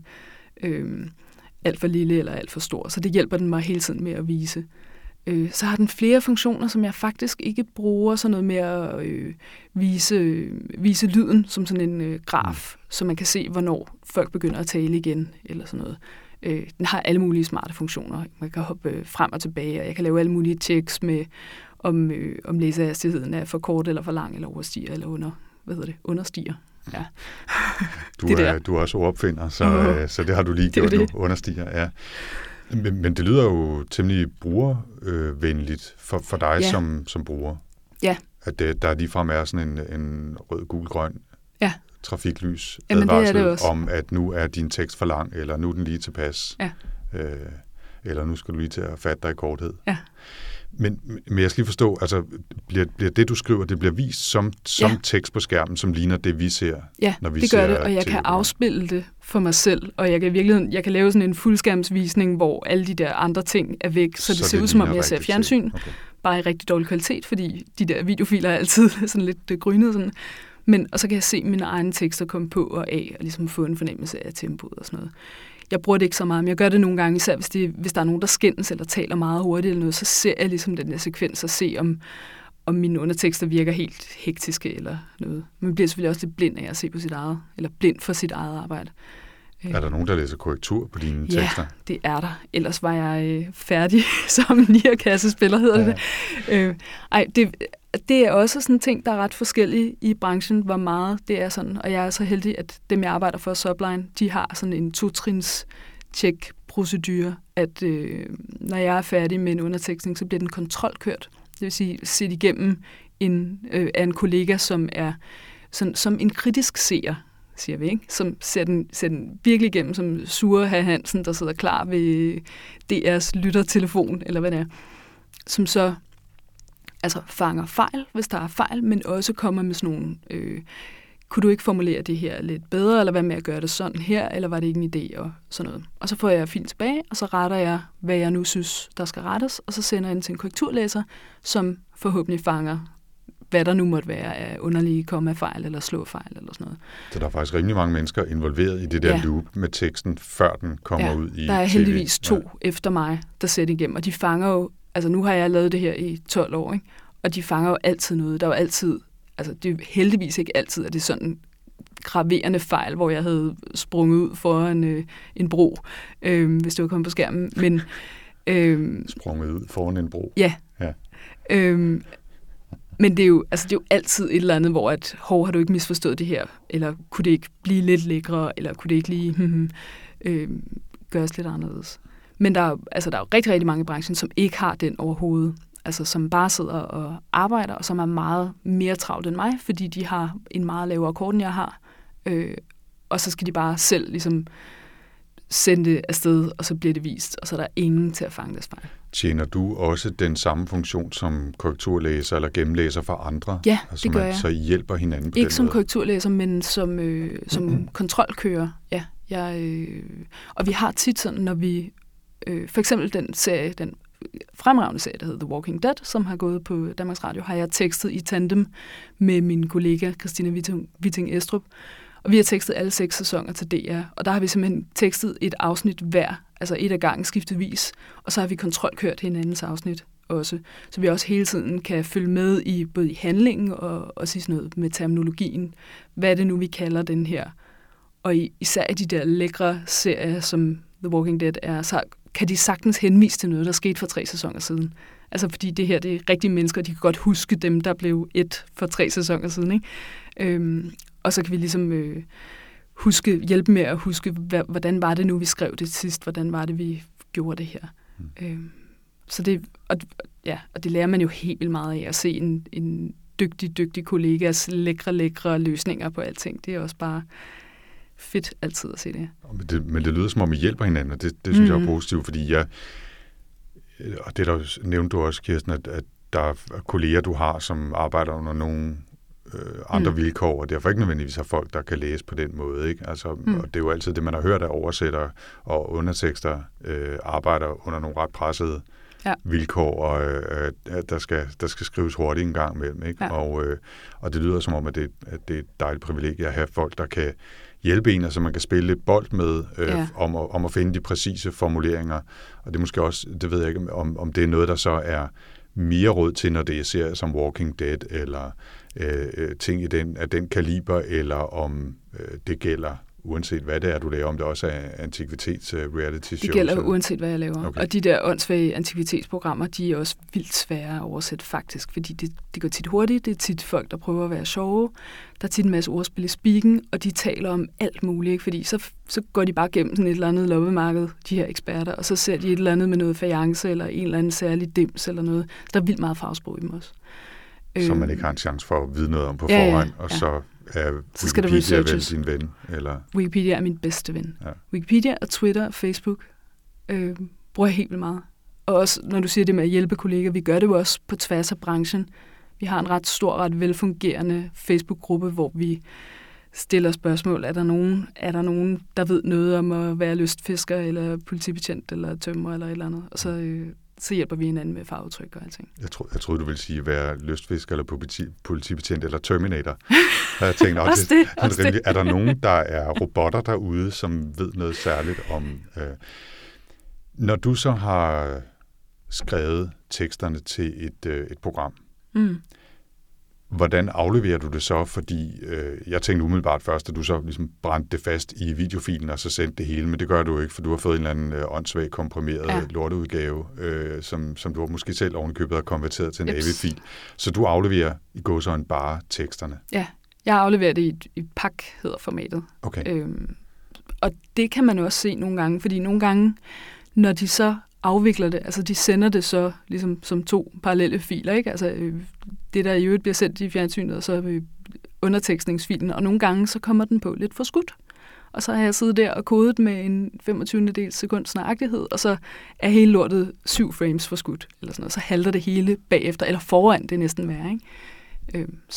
alt for lille eller alt for stor, så det hjælper den mig hele tiden med at vise. Så har den flere funktioner, som jeg faktisk ikke bruger, sådan noget med at vise lyden som sådan en graf, så man kan se, hvornår folk begynder at tale igen, eller sådan noget. Den har alle mulige smarte funktioner. Man kan hoppe frem og tilbage, og jeg kan lave alle mulige checks med, om læsehastigheden er for kort eller for lang, eller overstiger, eller understiger. Ja. Du er også ordopfinder, så det har du lige gjort nu, understiger, ja. Men det lyder jo temmelig brugervenligt for dig som bruger. Ja. At der ligefrem er sådan en rød, gul, grøn trafiklys advarsel om, at nu er din tekst for lang, eller nu er den lige tilpas, eller nu skal du lige til at fatte dig i korthed. Ja. Men jeg skal lige forstå, altså bliver det, du skriver, det bliver vist som tekst på skærmen, som ligner det, vi ser, når vi ser. Ja, det gør det, og jeg kan afspille det for mig selv, og jeg kan lave sådan en fuldskærmsvisning, hvor alle de der andre ting er væk, så det ser ud som om, jeg ser fjernsyn, bare i rigtig dårlig kvalitet, fordi de der videofiler er altid sådan lidt grynede sådan. Og så kan jeg se mine egne tekster komme på og af, og ligesom få en fornemmelse af tempoet og sådan noget. Jeg bruger det ikke så meget, men jeg gør det nogle gange, især hvis der er nogen, der skændes eller taler meget hurtigt eller noget, så ser jeg ligesom den der sekvens og se, om mine undertekster virker helt hektiske eller noget. Man bliver selvfølgelig også lidt blind af at se på sit eget, eller blind for sit eget arbejde. Er der nogen, der læser korrektur på dine tekster? Ja, det er der. Ellers var jeg færdig som lirakassespiller, hedder det. Det er også sådan en ting, der er ret forskellige i branchen, hvor meget det er sådan. Og jeg er så heldig, at dem, jeg arbejder for, Subline, de har sådan en 2-trins check-procedure, at når jeg er færdig med en undertekstning, så bliver den kontrolkørt. Det vil sige, set igennem af en kollega, som er sådan, som en kritisk seer, siger vi, ikke? Som ser den virkelig igennem, som Sure H. Hansen, der sidder klar ved DR's lyttertelefon, eller hvad det er, som så fanger fejl, hvis der er fejl, men også kommer med sådan nogle kunne du ikke formulere det her lidt bedre, eller hvad med at gøre det sådan her, eller var det ikke en idé, og sådan noget. Og så får jeg fint tilbage, og så retter jeg, hvad jeg nu synes, der skal rettes, og så sender jeg den til en korrekturlæser, som forhåbentlig fanger, hvad der nu måtte være af underlige kommafejl, eller slåfejl, eller sådan noget. Så der er faktisk rimelig mange mennesker involveret i det der loop med teksten, før den kommer ud i der er heldigvis 2 efter mig, der sætter igennem, og de fanger jo, altså nu har jeg lavet det her i 12 år, ikke? Og de fanger jo altid noget. Der er jo altid, altså det er heldigvis ikke altid, at det er sådan graverende fejl, hvor jeg havde sprunget ud foran en bro, hvis det var kommet på skærmen. Men, sprunget ud foran en bro? Ja. Men det er jo altid et eller andet, hvor har du ikke misforstået det her, eller kunne det ikke blive lidt lækre, eller kunne det ikke lige gøres lidt anderledes. Men der er jo rigtig, rigtig mange i branchen, som ikke har den overhovedet. Altså som bare sidder og arbejder, og som er meget mere travlt end mig, fordi de har en meget lavere akkord, end jeg har. Og så skal de bare selv ligesom sende det afsted, og så bliver det vist, og så er der ingen til at fange deres fejl. Tjener du også den samme funktion som korrekturlæser eller gennemlæser for andre? Ja, altså, det gør jeg. Så I hjælper hinanden på ikke den som måde? korrekturlæser, men som kontrolkører. Ja, og vi har tit sådan, når vi for eksempel den fremragende serie, der hedder The Walking Dead, som har gået på Danmarks Radio, har jeg tekstet i tandem med min kollega Christina Witting Estrup. Og vi har tekstet alle 6 sæsoner til DR, og der har vi simpelthen tekstet et afsnit hver, altså et af gangen skiftevis, og så har vi kontrolkørt hinandens afsnit også. Så vi også hele tiden kan følge med i både i handlingen og også i sådan noget med terminologien. Hvad er det nu, vi kalder den her? Og især i de der lækre serier, som The Walking Dead er, så kan de sagtens henvise til noget, der skete for 3 sæsoner siden. Altså fordi det her, det er rigtige mennesker, de kan godt huske dem, der blev et for 3 sæsoner siden, ikke? Og så kan vi ligesom hjælpe med at huske, hvordan var det nu, vi skrev det sidst, hvordan var det, vi gjorde det her. Så det, og det lærer man jo helt vildt meget af, at se en dygtig kollegas lækre løsninger på alting. Det er også bare fedt altid at se det. Men det lyder som om, I hjælper hinanden, og det synes jeg er positivt, fordi og det der nævnte du også, Kirsten, at der er kolleger, du har, som arbejder under nogle andre vilkår, og derfor ikke nødvendigvis har folk, der kan læse på den måde, ikke? Altså, og det er jo altid det, man har hørt, at oversætter og undertekster arbejder under nogle ret pressede vilkår, og at der skal skrives hurtigt en gang imellem, ikke? Ja. Og det lyder som om, at det er et dejligt privilegie at have folk, der kan hjælpe en, og så man kan spille lidt bold med om at finde de præcise formuleringer. Og det er måske også, det ved jeg ikke, om det er noget, der så er mere råd til, når det er serier som Walking Dead, eller ting af den kaliber, eller om det gælder, uanset hvad det er, du laver, om det også er antikvitets-reality-shows? Det gælder uanset, hvad jeg laver. Okay. Og de der åndssvage antikvitetsprogrammer, de er også vildt svære at oversætte faktisk, fordi det går tit hurtigt, det er tit folk, der prøver at være sjove, der er tit en masse ordspil i speaken, og de taler om alt muligt, ikke? Fordi så går de bare gennem sådan et eller andet loppemarked, de her eksperter, og så ser de et eller andet med noget fajance, eller en eller anden særlig dims, eller noget. Der er vildt meget fagsprog i dem også. Som man ikke har en chance for at vide noget om på forhånd, og så er Wikipedia vel din ven? Eller? Wikipedia er min bedste ven. Ja. Wikipedia og Twitter og Facebook bruger jeg helt vildt meget. Og også, når du siger det med at hjælpe kolleger, vi gør det jo også på tværs af branchen. Vi har en ret stor, ret velfungerende Facebook-gruppe, hvor vi stiller spørgsmål. Er der nogen, der ved noget om at være lystfisker, eller politibetjent, eller tømrer, eller et eller andet? Og så hjælper vi hinanden med fagudtryk og alting. Jeg troede, du ville sige, være lystfisker, eller politibetjent, eller Terminator. Jeg tænkte, er der nogen, der er robotter derude, som ved noget særligt om... Når du så har skrevet teksterne til et program, hvordan afleverer du det så? Fordi jeg tænkte umiddelbart først, at du så ligesom brændte det fast i videofilen, og så sendte det hele, men det gør du ikke, for du har fået en eller anden åndssvag komprimeret lorteudgave, som du måske selv ovenikøbet har konverteret til en AV-fil. Så du afleverer i gåseøjne bare teksterne? Ja, jeg afleverer det i PAC, hedder formatet. Okay. Og det kan man også se nogle gange, fordi nogle gange, når de så afvikler det, altså de sender det så ligesom som 2 parallelle filer, ikke? Altså det der i øvrigt bliver sendt i fjernsynet, og så undertekstningsfilen, og nogle gange så kommer den på lidt for skudt. Og så har jeg siddet der og kodet med en 25. sekunds nøjagtighed, og så er hele lortet 7 frames for skudt, eller sådan noget. Så halter det hele bagefter, eller foran, det næsten værre, ikke?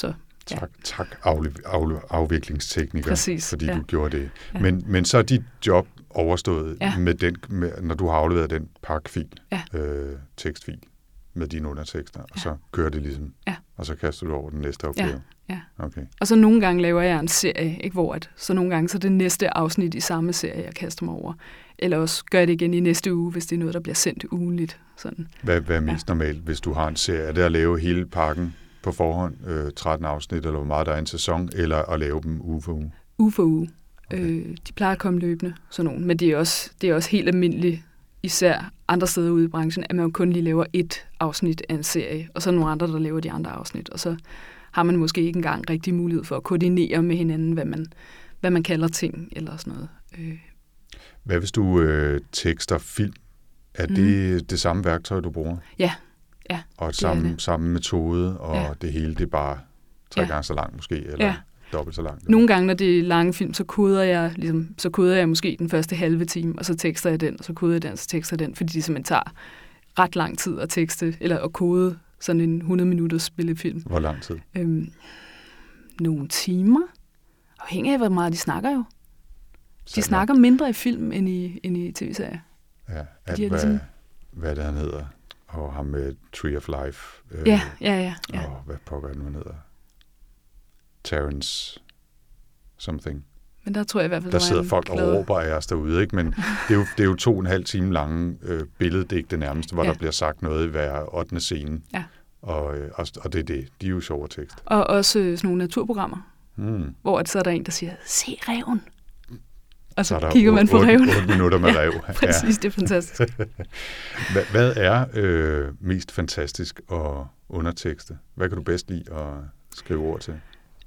Tak afviklingstekniker, Præcis, fordi du gjorde det. Ja. Men så er dit job overstået, når du har afleveret den pakfil, tekstfil, med dine undertekster, og så kører det ligesom, og så kaster du over den næste opgave. Ja. Okay. Og så nogle gange laver jeg en serie, ikke, hvor så nogle gange så er det næste afsnit i samme serie, jeg kaster mig over. Eller også gør det igen i næste uge, hvis det er noget, der bliver sendt ugenligt. Sådan. Hvad er mest normalt, hvis du har en serie? Er det at lave hele pakken på forhånd, 13 afsnit, eller hvor meget der er en sæson, eller at lave dem uge for uge? Uge for uge. Okay. De plejer at komme løbende, sådan nogle. Men det er også helt almindeligt, især andre steder ude i branchen, at man jo kun lige laver et afsnit af en serie, og så er nogle andre, der laver de andre afsnit. Og så har man måske ikke engang rigtig mulighed for at koordinere med hinanden, hvad man kalder ting, eller sådan noget. Hvad hvis du tekster film? Er det samme værktøj, du bruger? Ja. Og samme metode, og det hele, det er bare 3 gange så langt måske, eller dobbelt så langt? Nogle gange, når det er lange film, så koder jeg måske den første halve time, og så tekster jeg den, og så koder jeg den, og så tekster jeg den, fordi det simpelthen tager ret lang tid at tekste, eller at kode sådan en 100 minutters spillefilm. Hvor lang tid? Nogle timer. Afhængig af, hvor meget de snakker jo. De snakker mindre i film, end i tv-serier. Ja, hvad det han hedder, og ham med Tree of Life. Ja. Og hvad pokker den hedder? Terrence something. Men der tror jeg i hvert fald, der sidder folk og råber af os derude, ikke? Men det er jo 2,5 time lange billeddigte nærmest, hvor der bliver sagt noget i hver 8. scene. Ja. Og det er det. De er jo sjove tekst. Og også sådan nogle naturprogrammer, hvor så er der en, der siger, se ræven. Og så kigger man på ræven. 8 minutter med ræv. Præcis, det er fantastisk. Hvad er mest fantastisk at undertekste? Hvad kan du bedst lide at skrive ord til?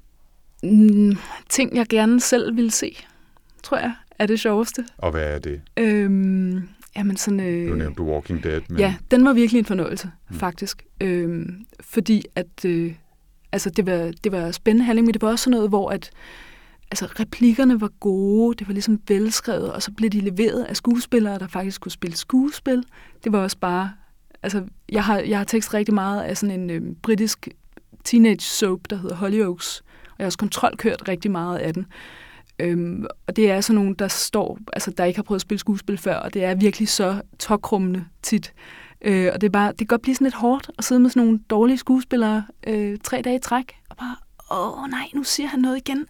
Ting, jeg gerne selv vil se, tror jeg, er det sjoveste. Og hvad er det? Jamen sådan... Du nævnte Walking Dead. Men... Ja, den var virkelig en fornøjelse, faktisk. Fordi at det var spændende handling, men det var også sådan noget, hvor at replikkerne var gode, det var ligesom velskrevet, og så blev de leveret af skuespillere, der faktisk kunne spille skuespil. Det var også bare... jeg har tekstet rigtig meget af sådan en britisk teenage soap, der hedder Hollyoaks, og jeg har også kontrolkørt rigtig meget af den. Og det er sådan nogle, der ikke har prøvet at spille skuespil før, og det er virkelig så tokrummende tit. Og det kan godt blive sådan lidt hårdt at sidde med sådan nogle dårlige skuespillere 3 dage i træk, og bare, nej, nu siger han noget igen.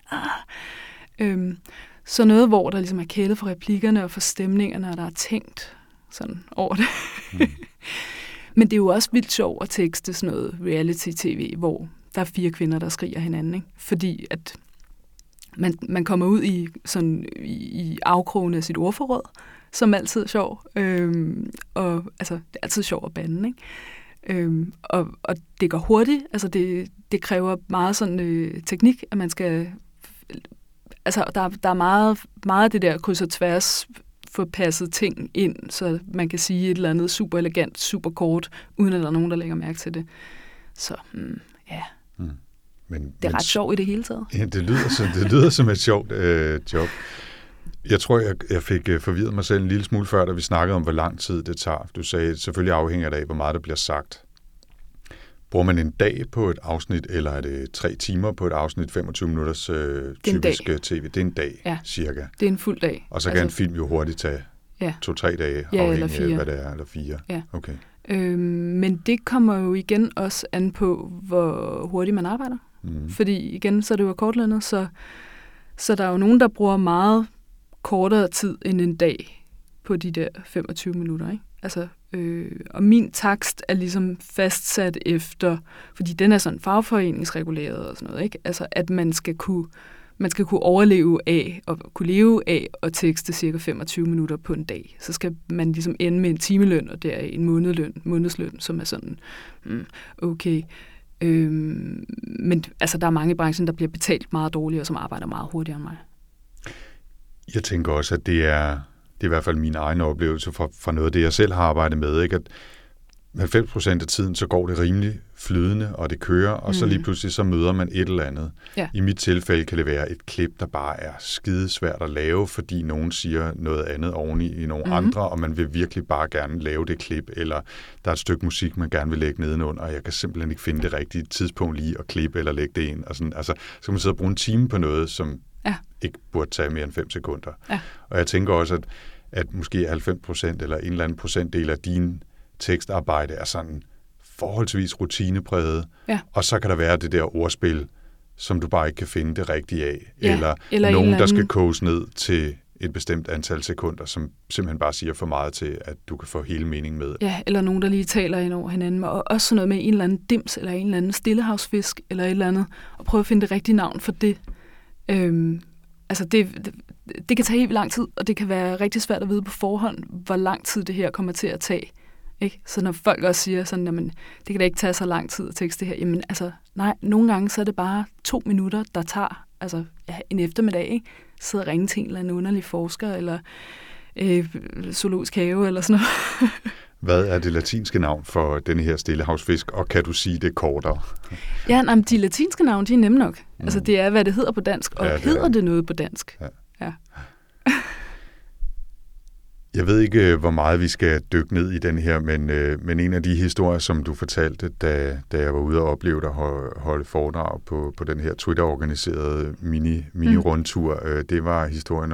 Så noget, hvor der ligesom er kælet for replikkerne og for stemningerne, og der er tænkt sådan over det. Men det er jo også vildt sjovt at tekste sådan noget reality-tv, hvor der er 4 kvinder, der skriger hinanden, ikke? Fordi at man kommer ud i afkrogene af sit ordforråd, som altid er sjov. Og det er altid sjov at bande, ikke? Og det går hurtigt. Altså det kræver meget sådan teknik, at man skal... Altså der er meget af det der kryds og tværs få passet ting ind, så man kan sige et eller andet super elegant, super kort, uden at der er nogen, der lægger mærke til det. Så ja... Men det er ret sjovt i det hele taget. Ja, det lyder som et sjovt job. Jeg tror, jeg fik forvirret mig selv en lille smule før, da vi snakkede om, hvor lang tid det tager. Du sagde, selvfølgelig afhænger det af, hvor meget der bliver sagt. Bruger man en dag på et afsnit, eller er det 3 timer på et afsnit, 25 minutters typisk tv? Det er en dag, cirka. Det er en fuld dag. Og så kan en film jo hurtigt tage 2-3 dage, afhængig af, hvad det er, eller 4. Ja. Okay. Men det kommer jo igen også an på, hvor hurtigt man arbejder. Fordi igen, så er det jo kortlønnet, så der er jo nogen, der bruger meget kortere tid end en dag på de der 25 minutter, ikke? Og min takst er ligesom fastsat efter, fordi den er sådan fagforeningsreguleret og sådan noget, ikke? Altså, at man skal kunne overleve af og kunne leve af at tekste cirka 25 minutter på en dag. Så skal man ligesom ende med en timeløn, og der er en månedsløn, som er sådan, okay. Men altså, der er mange i branchen, der bliver betalt meget dårligere, og som arbejder meget hurtigere end mig. Jeg tænker også, at det er i hvert fald min egen oplevelse fra noget af det, jeg selv har arbejdet med, ikke? 90% af tiden, så går det rimelig flydende, og det kører, og så lige pludselig så møder man et eller andet. Ja. I mit tilfælde kan det være et klip, der bare er skidesvært at lave, fordi nogen siger noget andet oveni i nogle andre, og man vil virkelig bare gerne lave det klip, eller der er et stykke musik, man gerne vil lægge nedenunder, og jeg kan simpelthen ikke finde det rigtige tidspunkt lige at klippe eller lægge det ind. Og sådan, altså, så kan man sidde og bruge en time på noget, som ikke burde tage mere end 5 sekunder. Ja. Og jeg tænker også, at måske 90% eller en eller anden procentdel af din tekstarbejde er sådan forholdsvis rutinepræget, og så kan der være det der ordspil, som du bare ikke kan finde det rigtige af, eller nogen, der skal koges ned til et bestemt antal sekunder, som simpelthen bare siger for meget til, at du kan få hele meningen med. Ja, eller nogen, der lige taler ind over hinanden, og også sådan noget med en eller anden dims, eller en eller anden stillehavsfisk, eller et eller andet, og prøve at finde det rigtige navn for det. Altså det kan tage helt lang tid, og det kan være rigtig svært at vide på forhånd, hvor lang tid det her kommer til at tage. Ikke? Så når folk også siger sådan, jamen, det kan da ikke tage så lang tid at tekste det her, jamen altså, nej, nogle gange så er det bare 2 minutter, der tager, altså en eftermiddag, ikke? Sidde og ringe til en eller anden underlig forsker, eller zoologisk have, eller sådan noget. Hvad er det latinske navn for denne her stillehavsfisk, og kan du sige det kortere? Ja, nej, de latinske navne, de er nemme nok. Altså, det er, hvad det hedder på dansk, og hedder det noget på dansk? Ja. Jeg ved ikke, hvor meget vi skal dykke ned i den her, men en af de historier, som du fortalte, da jeg var ude og opleve dig holde foredrag på den her Twitter-organiserede mini-rundtur, det var historien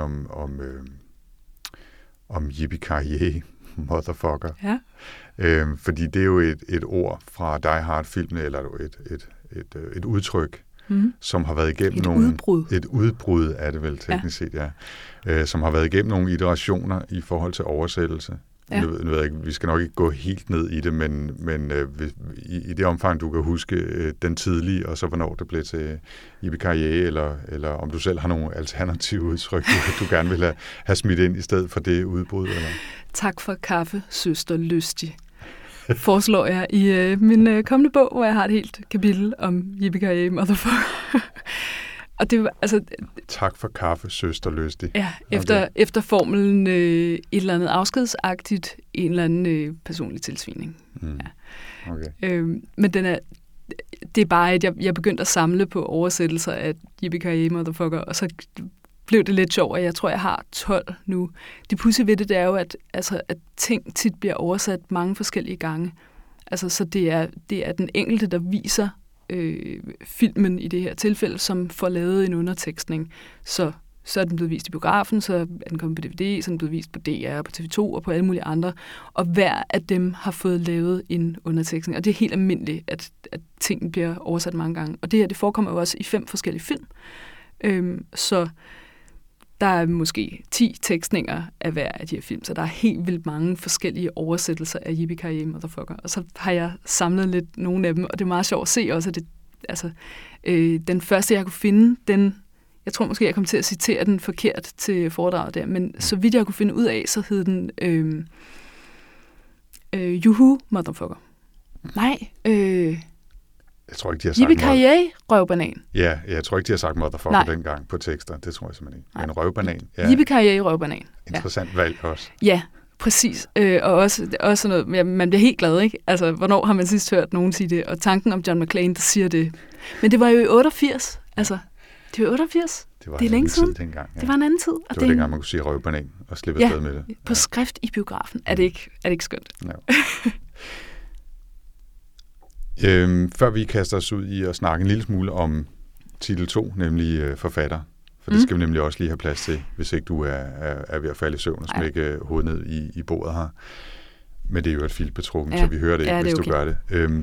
om Yippee-ki-yay, motherfucker. Ja. Fordi det er jo et ord fra Die Hard-filmene, eller et udtryk, som har været igennem et udbrud er det vel teknisk set, som har været igennem nogle iterationer i forhold til oversættelse. Ja. Nu ved jeg ikke, vi skal nok ikke gå helt ned i det, men i det omfang, du kan huske den tidlige, og så hvornår det blev til Yippee-ki-yay, eller om du selv har nogle alternative udtryk, du gerne vil have smidt ind i stedet for det udbrud. Eller? Tak for kaffe, søster lystig. Foreslår jeg i min kommende bog, hvor jeg har et helt kapitel om Yippee-ki-yay, motherfucker. Og det var, altså, tak for kaffe, søster lystig. Ja, efter formelen et eller andet afskedsagtigt, en eller anden personlig tilsvining. Ja. Okay. Men det er bare, at jeg begyndte at samle på oversættelser af Yippee-ki-yay, motherfucker, og så blev det lidt sjovt, og jeg tror, jeg har 12 nu. Det pudsige ved det er jo, at ting tit bliver oversat mange forskellige gange. Altså, så det er den enkelte, der viser filmen i det her tilfælde, som får lavet en undertekstning. Så er den blevet vist i biografen, så er den kommet på DVD, så er den blevet vist på DR, på TV2 og på alle mulige andre. Og hver af dem har fået lavet en undertekstning. Og det er helt almindeligt, at tingene bliver oversat mange gange. Og det her, det forekommer jo også i 5 forskellige film. Så der er måske 10 tekstninger af hver af de her film, så der er helt vildt mange forskellige oversættelser af Yippee-ki-yay, motherfucker. Og så har jeg samlet lidt nogle af dem, og det er meget sjovt at se også, at den første, jeg kunne finde, jeg tror måske, jeg kom til at citere den forkert til foredraget der, men så vidt jeg kunne finde ud af, så hed den Juhu, motherfucker. Nej, jeg tror ikke, de har sagt Yippee-ki-yay, røvbanan. Ja, jeg tror ikke, de har sagt motherfucker dengang på tekster. Det tror jeg simpelthen ikke. Men røvbanan. Ja. Yippee-ki-yay, røvbanan. Interessant valg også. Ja, præcis. Og også noget, man bliver helt glad, ikke? Altså, hvornår har man sidst hørt nogen sige det? Og tanken om John McClane, der siger det. Men det var jo i 88. Altså, det var 88. Det er længe siden. Dengang, ja. Det var en anden tid. Og det var dengang, man kunne sige røvbanan og slippe afsted med det. På skrift i biografen. Er det ikke skønt? Ja. Før vi kaster os ud i at snakke en lille smule om titel 2, nemlig forfatter, for det skal vi nemlig også lige have plads til, hvis ikke du er ved at falde i søvn og smække hovedet ned i bordet her. Men det er jo et filtbetrukken, så vi hører det ikke, hvis du gør det.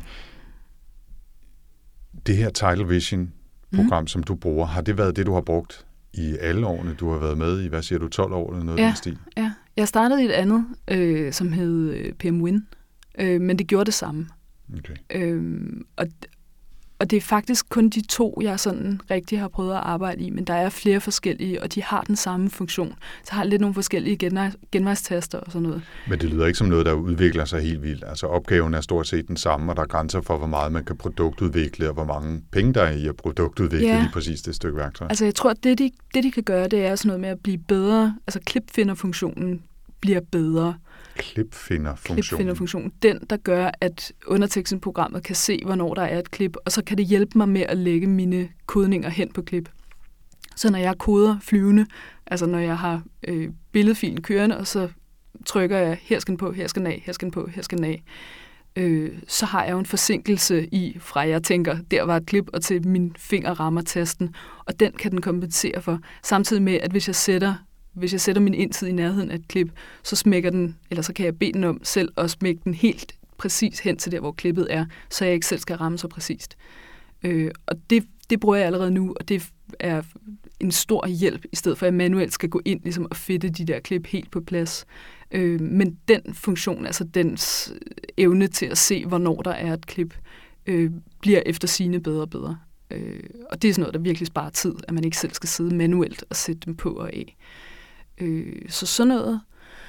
Det her Title Vision-program, som du bruger, har det været det, du har brugt i alle årene, du har været med i? Hvad siger du, 12 år eller noget af den stil? Ja, jeg startede i et andet, som hed PM-Win, men det gjorde det samme. Okay. Og det er faktisk kun de 2, jeg sådan rigtig har prøvet at arbejde i, men der er flere forskellige, og de har den samme funktion. Så har lidt nogle forskellige genvejstaster og sådan noget. Men det lyder ikke som noget, der udvikler sig helt vildt. Altså opgaven er stort set den samme, og der er grænser for, hvor meget man kan produktudvikle, og hvor mange penge der er i at produktudvikle lige præcis det stykke værktøj. Altså jeg tror, at det de kan gøre, det er sådan noget med at blive bedre. Altså klipfinderfunktionen bliver bedre. Klipfinderfunktionen. Den, der gør, at undertekstprogrammet kan se, hvornår der er et klip, og så kan det hjælpe mig med at lægge mine kodninger hen på klip. Så når jeg koder flyvende, altså når jeg har billedfilen kørende, og så trykker jeg, her skal den på, her skal den af, her skal den på, her skal den af, så har jeg jo en forsinkelse i, fra jeg tænker, der var et klip, og til min finger rammer tasten, og den kan den kompensere for. Samtidig med, at hvis jeg sætter min indtid i nærheden af et klip, så smækker den, eller så kan jeg bede den om selv at smække den helt præcis hen til der, hvor klippet er, så jeg ikke selv skal ramme så præcist. Og det bruger jeg allerede nu, og det er en stor hjælp, i stedet for at jeg manuelt skal gå ind ligesom, og fedte de der klip helt på plads. Men den funktion, altså dens evne til at se, hvornår der er et klip, bliver efter sigende bedre og bedre. Og det er sådan noget, der virkelig sparer tid, at man ikke selv skal sidde manuelt og sætte dem på og af. Så sådan noget.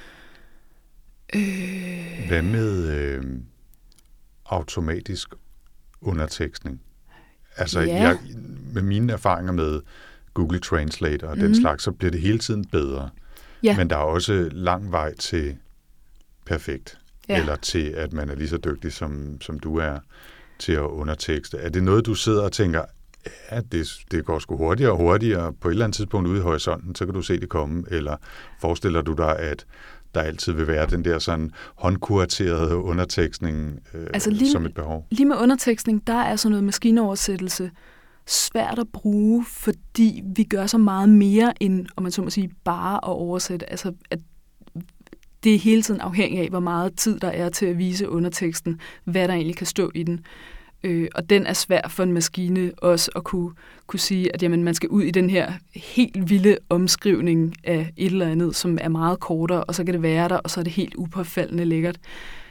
Hvad med automatisk undertekstning? Altså, ja. med mine erfaringer med Google Translate og den slags, så bliver det hele tiden bedre. Ja. Men der er også lang vej til perfekt, ja. eller til, at man er lige så dygtig, som du er, til at undertekste. Er det noget, du sidder og tænker, ja, det går sgu hurtigere og hurtigere, på et eller andet tidspunkt ude i horisonten, så kan du se det komme, eller forestiller du dig, at der altid vil være den der sådan håndkuraterede undertekstning som et behov? Lige med undertekstning, der er sådan noget maskinoversættelse svært at bruge, fordi vi gør så meget mere end, om man så må sige, bare at oversætte. Altså, at det er hele tiden afhængig af, hvor meget tid der er til at vise underteksten, hvad der egentlig kan stå i den. Og den er svær for en maskine også at kunne sige, at jamen, man skal ud i den her helt vilde omskrivning af et eller andet, som er meget kortere, og så kan det være der, og så er det helt upåfaldende lækkert.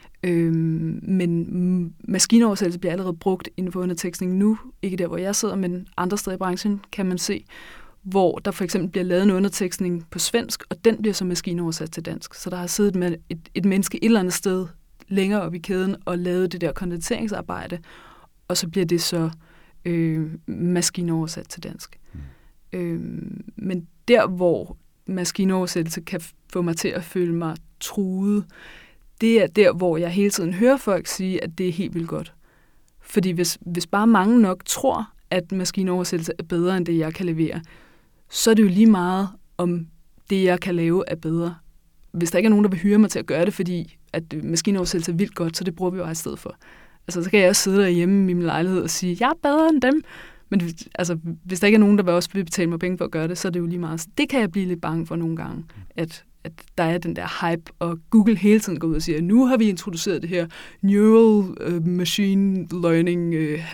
Men maskinoversættelse bliver allerede brugt inden for undertekstning nu, ikke der, hvor jeg sidder, men andre steder i branchen kan man se, hvor der for eksempel bliver lavet en undertekstning på svensk, og den bliver så maskinoversat til dansk. Så der har siddet med et menneske et eller andet sted længere op i kæden og lavet det der kondenseringsarbejde, og så bliver det så maskinoversat til dansk. Men der, hvor maskinoversættelse kan få mig til at føle mig truet, det er der, hvor jeg hele tiden hører folk sige, at det er helt vildt godt. Fordi hvis bare mange nok tror, at maskinoversættelse er bedre end det, jeg kan levere, så er det jo lige meget, om det, jeg kan lave, er bedre. Hvis der ikke er nogen, der vil hyre mig til at gøre det, fordi at maskinoversættelse er vildt godt, så det bruger vi jo et sted for. Altså, så kan jeg også sidde derhjemme i min lejlighed og sige, jeg er bedre end dem. Men altså, hvis der ikke er nogen, der også vil betale mig penge for at gøre det, så er det jo lige meget. Det kan jeg blive lidt bange for nogle gange, at der er den der hype, og Google hele tiden går ud og siger, nu har vi introduceret det her neural machine learning,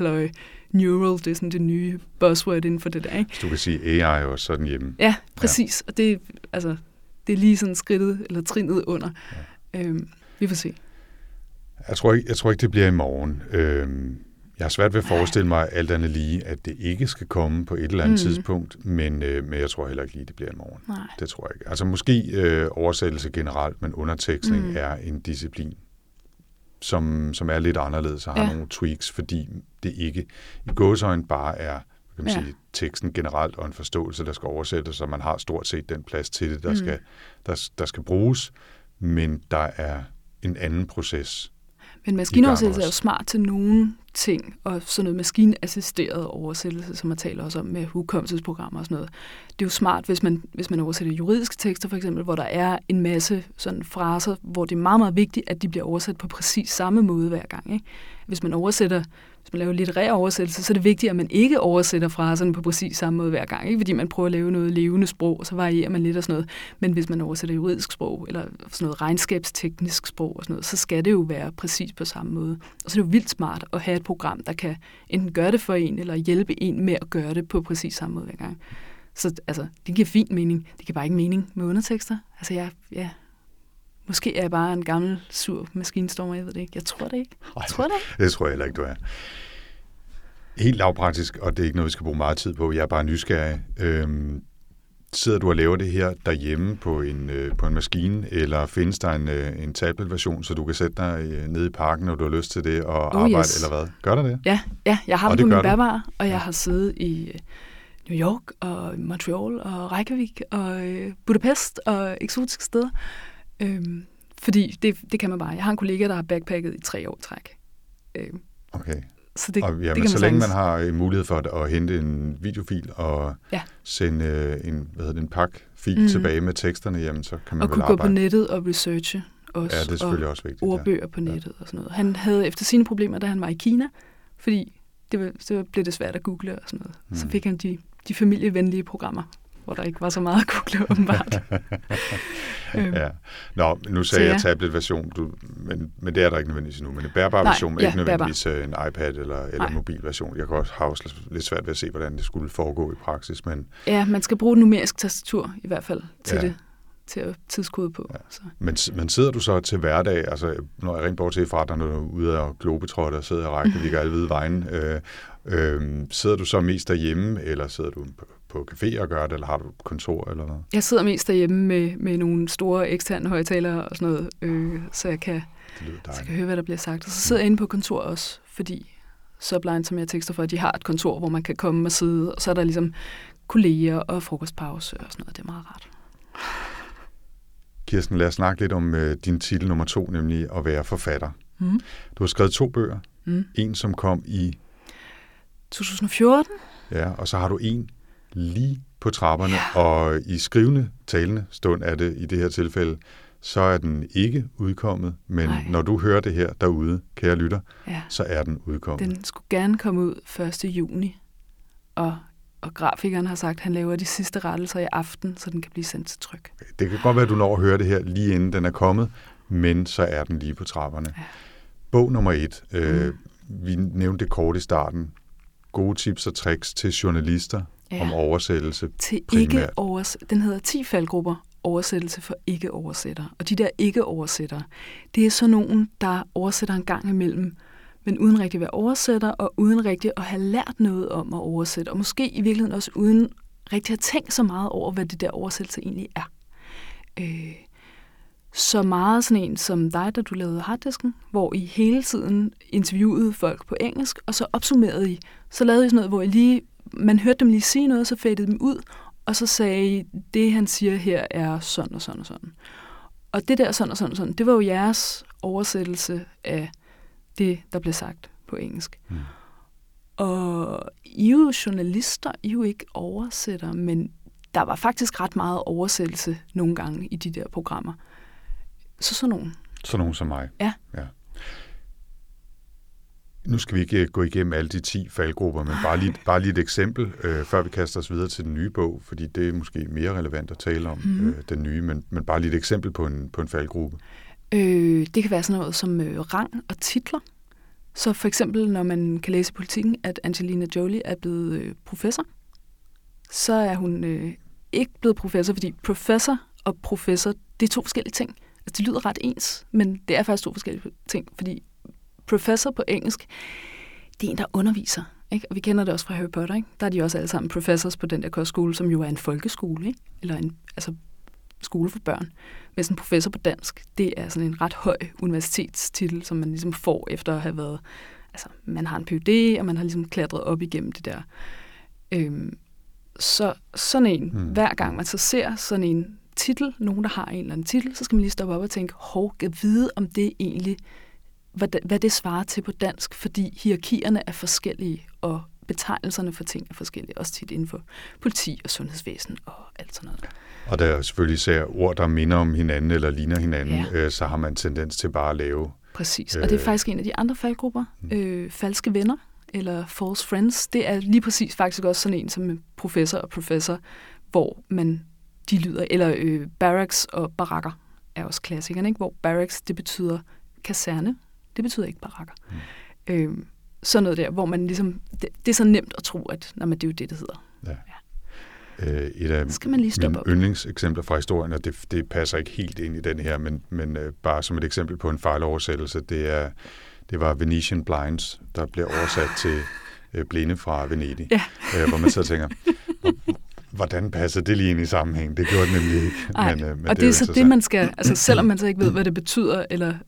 neural, det er sådan det nye buzzword inden for det der, ikke? Så du kan sige AI også sådan hjemme. Ja, præcis. Ja. Og det er lige sådan skridtet, eller trinnet under. Ja. Vi får se. Jeg tror ikke, det bliver i morgen. Jeg har svært ved at forestille mig alt andet lige, at det ikke skal komme på et eller andet tidspunkt, men jeg tror heller ikke lige, det bliver i morgen. Nej. Det tror jeg ikke. Altså måske oversættelse generelt, men undertekstning er en disciplin, som er lidt anderledes og har nogle tweaks, fordi det ikke i gåseøjne bare er, kan man sige, teksten generelt og en forståelse, der skal oversættes, så man har stort set den plads til det, der skal bruges, men der er en anden proces. Men maskinoversættelse er jo smart til nogle ting, og sådan noget maskinassisteret oversættelse, som man taler også om med hukommelsesprogrammer og sådan noget. Det er jo smart, hvis man oversætter juridiske tekster for eksempel, hvor der er en masse sådan fraser, hvor det er meget, meget vigtigt, at de bliver oversat på præcis samme måde hver gang, ikke? Hvis man laver litterær oversættelse, så er det vigtigt, at man ikke oversætter fraserne på præcis samme måde hver gang, ikke? Fordi man prøver at lave noget levende sprog, og så varierer man lidt og sådan noget. Men hvis man oversætter juridisk sprog, eller sådan noget regnskabsteknisk sprog og sådan noget, så skal det jo være præcis på samme måde. Og så er det jo vildt smart at have et program, der kan enten gøre det for en, eller hjælpe en med at gøre det på præcis samme måde hver gang. Så altså, det giver fint mening. Det giver bare ikke mening med undertekster. Altså, måske er jeg bare en gammel, sur maskinstormer, jeg ved det ikke. Jeg tror det ikke. Det tror jeg heller ikke, du er. Helt lavpraktisk, og det er ikke noget, vi skal bruge meget tid på. Jeg er bare nysgerrig. Sidder du og laver det her derhjemme på en maskine, eller findes der en tablet-version, så du kan sætte dig nede i parken, når du har lyst til det, og arbejde, eller hvad? Gør der det? Ja, jeg har det på min bærbar, og jeg har siddet i New York, og Montreal, og Reykjavik, og Budapest, og eksotiske steder. Fordi det kan man bare. Jeg har en kollega, der har backpacket i 3 år træk. Okay. Så det, og det kan men man så længe sagtens. man har en mulighed for at hente en videofil og sende en pakfil tilbage med teksterne, jamen, så kan man og vel kunne arbejde. gå på nettet og researche også. Ja, det er selvfølgelig også vigtigt. Ordbøger på nettet og sådan noget. Han havde efter sine problemer, da han var i Kina, fordi det blev det svært at google og sådan noget. Så fik han de familievenlige programmer, hvor der ikke var så meget at google, åbenbart. Ja. Nå, nu sagde jeg tablet-version, men det er der ikke nødvendigvis nu. Men en bærbar version er ikke nødvendigvis en iPad eller mobilversion. Jeg kan også have lidt svært ved at se, hvordan det skulle foregå i praksis. Men ja, man skal bruge numerisk tastatur i hvert fald til det. Til at tidskode på. Ja. Så. Men sidder du så til hverdag, altså når jeg rent bortset fra, når du er ude og globetrotter og sidder og Reykjavik og alle hvide vejen, sidder du så mest derhjemme, eller sidder du på café og gør det, eller har du et kontor eller noget? Jeg sidder mest derhjemme med nogle store eksterne højtalere og sådan noget, så jeg kan høre, hvad der bliver sagt. Og så sidder jeg inde på kontor også, fordi Sublime, som jeg tekster for, at de har et kontor, hvor man kan komme og sidde, og så er der ligesom kolleger og frokostpause og sådan noget. Det er meget rart. Kirsten, lad os snakke lidt om din titel nummer 2, nemlig at være forfatter. Du har skrevet 2 bøger. En, som kom i 2014. Ja, og så har du en lige på trapperne, og i skrivende, talende stund er det i det her tilfælde, så er den ikke udkommet, men når du hører det her derude, kære lytter, så er den udkommet. Den skulle gerne komme ud 1. juni, og grafikeren har sagt, at han laver de sidste rettelser i aften, så den kan blive sendt til tryk. Det kan godt være, at du når at høre det her lige inden den er kommet, men så er den lige på trapperne. Ja. Bog nummer 1. Vi nævnte det kort i starten. Gode tips og tricks til journalister om oversættelse. Til den hedder 10 faldgrupper oversættelse for ikke-oversættere. Og de der ikke-oversættere, det er sådan nogen, der oversætter en gang imellem, men uden rigtig at være oversætter, og uden rigtig at have lært noget om at oversætte, og måske i virkeligheden også uden rigtig at tænke så meget over, hvad det der oversættelse egentlig er. Så meget sådan en som dig, da du lavede Harddisken, hvor I hele tiden interviewede folk på engelsk, og så opsummerede I. Så lavede I sådan noget, hvor man hørte dem lige sige noget, så fadede dem ud, og så sagde I, det han siger her er sådan og sådan og sådan. Og det der sådan og sådan og sådan, det var jo jeres oversættelse af det, der blev sagt på engelsk. Og I er jo journalister, I er jo ikke oversætter, men der var faktisk ret meget oversættelse nogle gange i de der programmer. Så sådan nogen. Sådan nogen som mig. Ja. Nu skal vi ikke gå igennem alle de 10 faldgrupper, men bare lige et eksempel, før vi kaster os videre til den nye bog, fordi det er måske mere relevant at tale om den nye, men bare lige et eksempel på en faldgruppe. Det kan være sådan noget som rang og titler. Så for eksempel, når man kan læse i Politikken, at Angelina Jolie er blevet professor, så er hun ikke blevet professor, fordi professor og professor, det er 2 forskellige ting. Altså, det lyder ret ens, men det er faktisk 2 forskellige ting, fordi professor på engelsk, det er en, der underviser, ikke? Og vi kender det også fra Harry Potter, ikke? Der er de også alle sammen professors på den der kostskole, som jo er en folkeskole, ikke? Eller en skole for børn. Mens en professor på dansk, det er sådan en ret høj universitetstitel, som man ligesom får efter at have været, altså man har en Ph.D., og man har ligesom klatret op igennem det der. Så sådan en, hver gang man så ser sådan en titel, nogen der har en eller anden titel, så skal man lige stoppe op og tænke, kan vide om det egentlig, hvad det svarer til på dansk, fordi hierarkierne er forskellige, og betegnelserne for ting er forskellige, også tit inden for politi og sundhedsvæsen og alt sådan noget. Og der er selvfølgelig især ord, der minder om hinanden eller ligner hinanden, så har man tendens til bare at lave. Præcis, og det er faktisk en af de andre faldgrupper, falske venner, eller false friends. Det er lige præcis faktisk også sådan en som professor og professor, hvor de lyder, eller barracks og barakker er også klassikerne, ikke? Hvor barracks, det betyder kaserne, det betyder ikke barakker. Sådan noget der, hvor man ligesom, det er så nemt at tro, at det er jo det hedder. Ja. Et af mine yndlingseksempler fra historien, og det passer ikke helt ind i den her, men bare som et eksempel på en fejloversættelse, det var Venetian Blinds, der bliver oversat til blinde fra Venedig, hvor man så tænker, hvordan passer det lige ind i sammenhæng? Det gjorde det nemlig ikke. Men og det er så det, man skal, altså selvom man så ikke ved, hvad det betyder, eller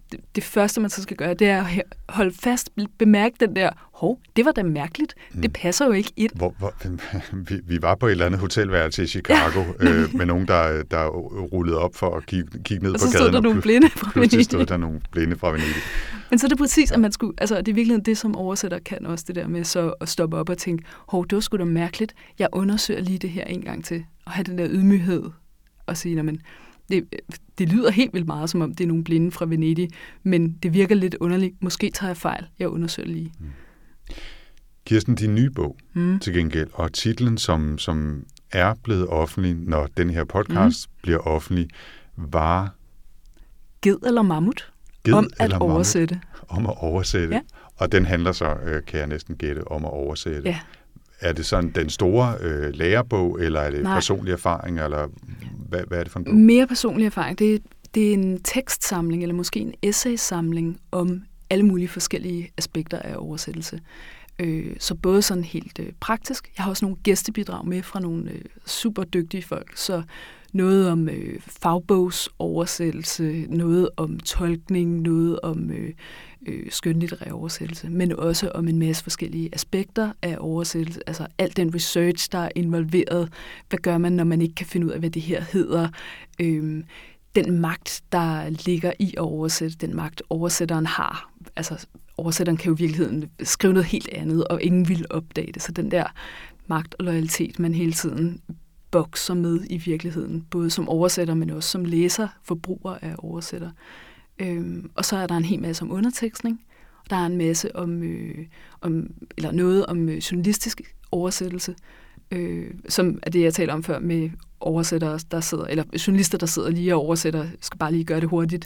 det første, man så skal gøre, det er at holde fast, bemærke den der, det var da mærkeligt, det passer jo ikke ind. Vi var på et eller andet hotelværelse i Chicago med nogen, der rullede op for at kigge ned på gaden. Og så stod der nogle blinde fra Venedig. Pludselig stod der nogle blinde fra Venedig. Men så er det præcis, at man skulle, altså det er virkelig det, som oversætter kan også, det der med så at stoppe op og tænke, det var sgu da mærkeligt, jeg undersøger lige det her en gang til, og have den der ydmyghed og sige, men det lyder helt vildt meget, som om det er nogle blinde fra Venedig, men det virker lidt underligt. Måske tager jeg fejl. Jeg undersøger lige. Kirsten, din nye bog til gengæld, og titlen, som er blevet offentlig, når den her podcast bliver offentlig, var... Ged eller mammut? Om at oversætte. Om at oversætte. Ja. Og den handler så, kan jeg næsten gætte, om at oversætte. Ja. Er det sådan den store lærebog, eller er det personlig erfaring, eller hvad er det for en bog? Mere personlig erfaring. Det er en tekstsamling, eller måske en essaysamling om alle mulige forskellige aspekter af oversættelse. Så både sådan helt praktisk. Jeg har også nogle gæstebidrag med fra nogle super dygtige folk, så noget om fagbogsoversættelse, noget om tolkning, noget om skønlitterær oversættelse, men også om en masse forskellige aspekter af oversættelse. Altså al den research, der er involveret. Hvad gør man, når man ikke kan finde ud af, hvad det her hedder? Den magt, der ligger i at oversætte, den magt oversætteren har. Altså oversætteren kan jo i virkeligheden skrive noget helt andet, og ingen vil opdage det. Så den der magt og loyalitet, man hele tiden bokser med i virkeligheden, både som oversætter, men også som læser, forbruger af oversætter. Og så er der en hel masse om undertekstning. Der er en masse om noget om journalistisk oversættelse, som er det, jeg taler om før med oversættere, der sidder, eller journalister, der sidder lige og oversætter, skal bare lige gøre det hurtigt.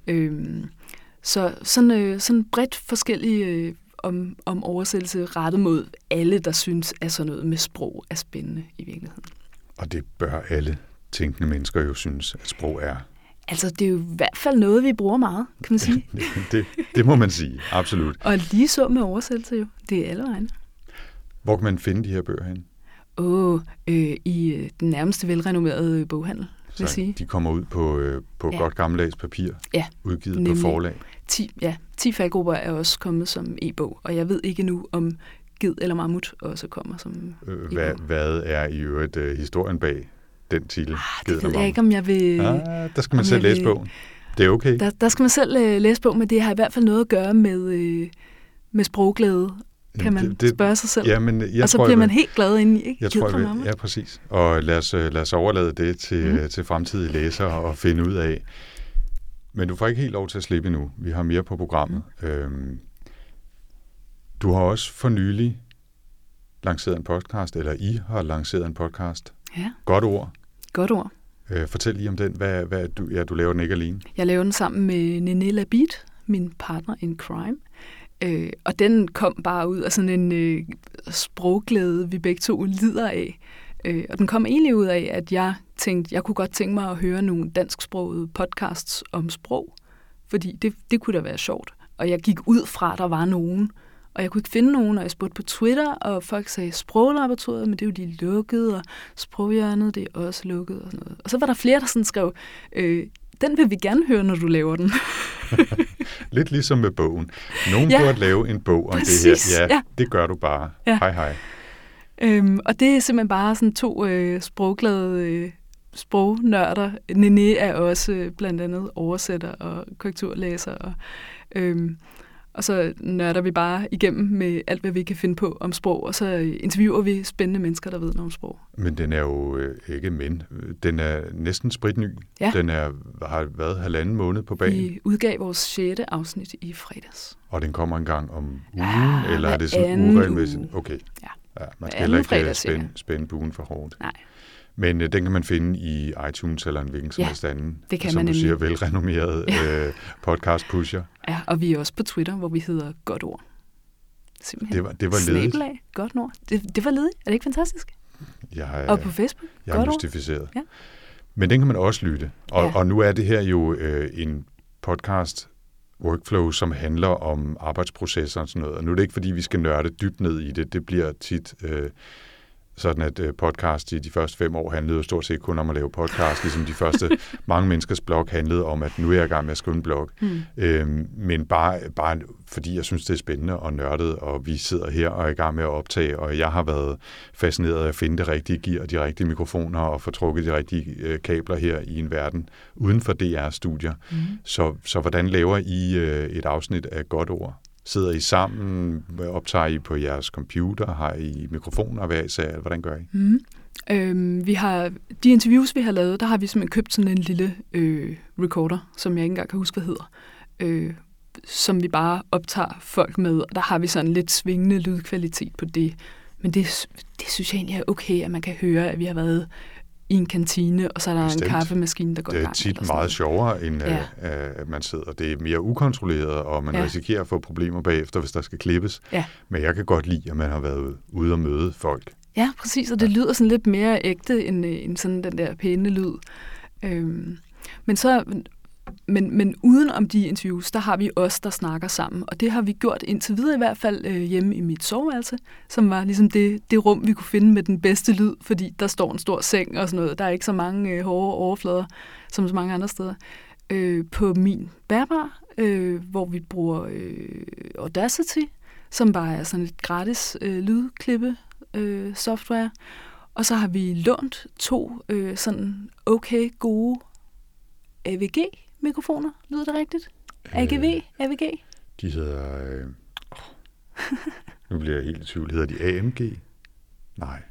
Så sådan bredt forskellige om oversættelse rettet mod alle, der synes, at sådan noget med sprog er spændende i virkeligheden. Og det bør alle tænkende mennesker jo synes, at sprog er. Altså, det er jo i hvert fald noget, vi bruger meget, kan man sige. det må man sige, absolut. Og lige så med oversættelse jo. Det er alle vegne. Hvor kan man finde de her bøger hen? I den nærmeste velrenommerede boghandel, vil jeg sige. De kommer ud på godt gammeldags papir, udgivet nemlig på forlag? 10 faldgrupper er også kommet som e-bog, og jeg ved ikke nu, om Ged eller Mammut også kommer som e-bog. Hvad er i øvrigt historien bag den titel? Det ved jeg ikke, om jeg vil... der skal man selv læse bogen. Det er okay. Der skal man selv læse bogen, men det har i hvert fald noget at gøre med sprogglæde, kan man spørge sig selv. Jamen, og så bliver man helt glad indeni, ikke? Ja, præcis. Og lad os overlade det til fremtidige læsere og finde ud af. Men du får ikke helt lov til at slippe endnu. Vi har mere på programmet. Du har også for nylig lanceret en podcast, eller I har lanceret en podcast. Ja. Godt ord. Godt ord. Fortæl lige om den. Du laver den ikke alene. Jeg laver den sammen med Nene Labid, min partner in crime. Og den kom bare ud af sådan en sprogglæde, vi begge to lider af. Og den kom egentlig ud af, at jeg tænkte, jeg kunne godt tænke mig at høre nogle dansksprogede podcasts om sprog, fordi det kunne da være sjovt. Og jeg gik ud fra, at der var nogen, og jeg kunne ikke finde nogen, og jeg spurgte på Twitter, og folk sagde, Sproglaboratoriet, men det er jo de lukkede, og Sproghjørnet, det er også lukket, og sådan noget. Og så var der flere, der sådan skrev, den vil vi gerne høre, når du laver den. Lidt ligesom med bogen. Nogen burde lave en bog om præcis, det her. Ja, det gør du bare. Ja. Hej. Og det er simpelthen bare sådan 2 sprogglade sprognørder. Nene er også blandt andet oversætter og korrekturlæser. Og så nørder vi bare igennem med alt, hvad vi kan finde på om sprog, og så interviewer vi spændende mennesker, der ved noget om sprog. Men den er jo den er næsten spritny. Ja. Den har været 1,5 måned på banen. Vi udgav vores 6. afsnit i fredags. Og den kommer en gang om ugen, eller er det sådan uregelmæssigt? Okay. Ja, man skal heller ikke spænde buen for hårdt. Nej. Men den kan man finde i iTunes eller en hvilken som helst anden, det kan som man du siger, velrenommeret podcast pusher. Ja, og vi er også på Twitter, hvor vi hedder Godt Ord. Simpelthen. Det var ledigt. Godt Ord. Det var ledigt. Er det ikke fantastisk? Og på Facebook. Jeg er mystificeret. Ja. Men den kan man også lytte. Og nu er det her jo en podcast workflow, som handler om arbejdsprocesser og sådan noget. Og nu er det ikke, fordi vi skal nørde dybt ned i det. Det bliver tit sådan at podcast i de første 5 år handlede jo stort set kun om at lave podcast, ligesom de første mange menneskers blog handlede om, at nu er jeg i gang med at skrive en blog. Men bare fordi jeg synes, det er spændende og nørdet, og vi sidder her og er i gang med at optage, og jeg har været fascineret af at finde det rigtige gear, de rigtige mikrofoner, og få trukket de rigtige kabler her i en verden uden for DR-studier. Så hvordan laver I et afsnit af Godt Ord? Sidder I sammen? Optager I på jeres computer? Har I mikrofoner hver især? Hvordan gør I? Vi har de interviews, vi har lavet, der har vi simpelthen købt sådan en lille recorder, som jeg ikke engang kan huske, hvad hedder, som vi bare optager folk med, og der har vi sådan lidt svingende lydkvalitet på det. Men det synes jeg egentlig er okay, at man kan høre, at vi har været i en kantine, og så er der en kaffemaskine, der går i gang. Det er tit meget sjovere, end at man sidder. Det er mere ukontrolleret, og man risikerer at få problemer bagefter, hvis der skal klippes. Ja. Men jeg kan godt lide, at man har været ude og møde folk. Ja, præcis, og det lyder sådan lidt mere ægte, end sådan den der pæne lyd. Men uden om de interviews, der har vi os, der snakker sammen. Og det har vi gjort indtil videre i hvert fald hjemme i mit soveværelse, som var ligesom det rum, vi kunne finde med den bedste lyd, fordi der står en stor seng og sådan noget. Der er ikke så mange hårde overflader, som så mange andre steder. På min bærbar, hvor vi bruger Audacity, som bare er sådan et gratis lydklippe software. Og så har vi lånt 2 sådan okay gode AVG-mikrofoner, lyder det rigtigt? AVG? De hedder... nu bliver jeg helt i tvivl. Hedder de AMG? Nej.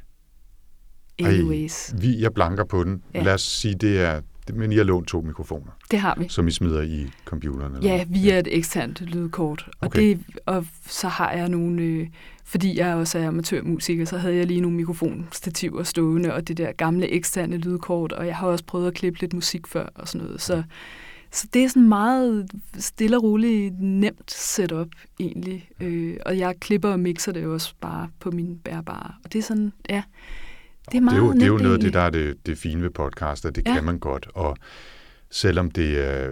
Anyways. Jeg blanker på den. Ja. Lad os sige, det er... Men I har lånt 2 mikrofoner. Det har vi. Som I smider i computeren? Eller ja, via et eksternt lydkort. Okay. Og så har jeg nogle... fordi jeg også er amatørmusiker, så havde jeg lige nogle mikrofonstativer stående, og det der gamle eksterne lydkort, og jeg har også prøvet at klippe lidt musik før og sådan noget. Så det er sådan meget stille og roligt nemt setup egentlig. Og jeg klipper og mixer det også bare på min bærbare. Og det er sådan, ja... Det er meget det er jo noget af det, der er det fine ved podcaster. Det kan man godt. Og selvom det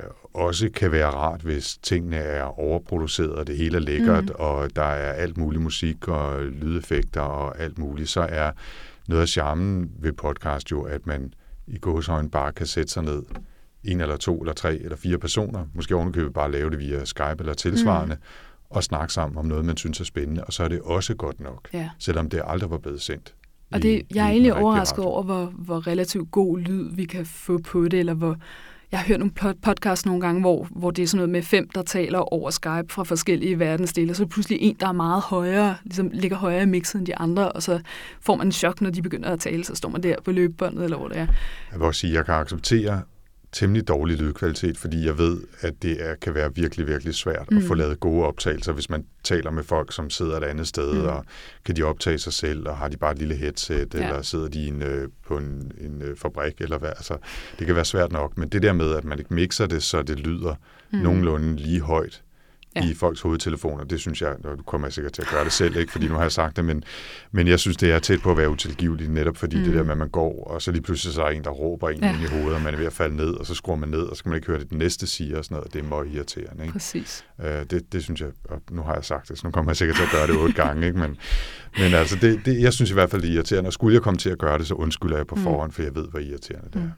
også kan være rart, hvis tingene er overproduceret, og det hele er lækkert, og der er alt muligt musik og lydeffekter og alt muligt, så er noget af charmen ved podcast jo, at man i gåseøjne bare kan sætte sig ned 1 eller 2 eller 3 eller 4 personer, måske ovenikøbet bare lave det via Skype eller tilsvarende, og snakke sammen om noget, man synes er spændende, og så er det også godt nok, selvom det aldrig var blevet sendt. Og jeg er egentlig overrasket over, hvor relativt god lyd vi kan få på det, eller hvor jeg har hørt nogle podcasts nogle gange, hvor det er sådan noget med 5, der taler over Skype fra forskellige verdensdele, og så er pludselig en, der er meget højere, ligesom ligger højere i mixet end de andre, og så får man en chok, når de begynder at tale, så står man der på løbebåndet, eller hvor det er. Jeg vil også sige, at jeg kan acceptere temmelig dårlig lydkvalitet, fordi jeg ved, at det kan være virkelig, virkelig svært at få lavet gode optagelser, hvis man taler med folk, som sidder et andet sted, og kan de optage sig selv, og har de bare et lille headset, eller sidder de på en fabrik, eller hvad. Altså, det kan være svært nok, men det der med, at man ikke mixer det, så det lyder nogenlunde lige højt i folks hovedtelefoner, det synes jeg, og du kommer sikkert til at gøre det selv, ikke, fordi nu har jeg sagt det, men jeg synes, det er tæt på at være utilgiveligt, netop fordi det der med, at man går, og så lige pludselig så er en, der råber en ind i hovedet, og man er ved at falde ned, og så skruer man ned, og så kan man ikke høre det, den næste siger, og sådan noget, det er meget irriterende. Ikke? Præcis. Det synes jeg, og nu har jeg sagt det, så nu kommer jeg sikkert til at gøre det 8 gange, ikke? Men altså, jeg synes i hvert fald, det er irriterende, og skulle jeg komme til at gøre det, så undskylder jeg på forhånd, for jeg ved, hvor irriterende det er.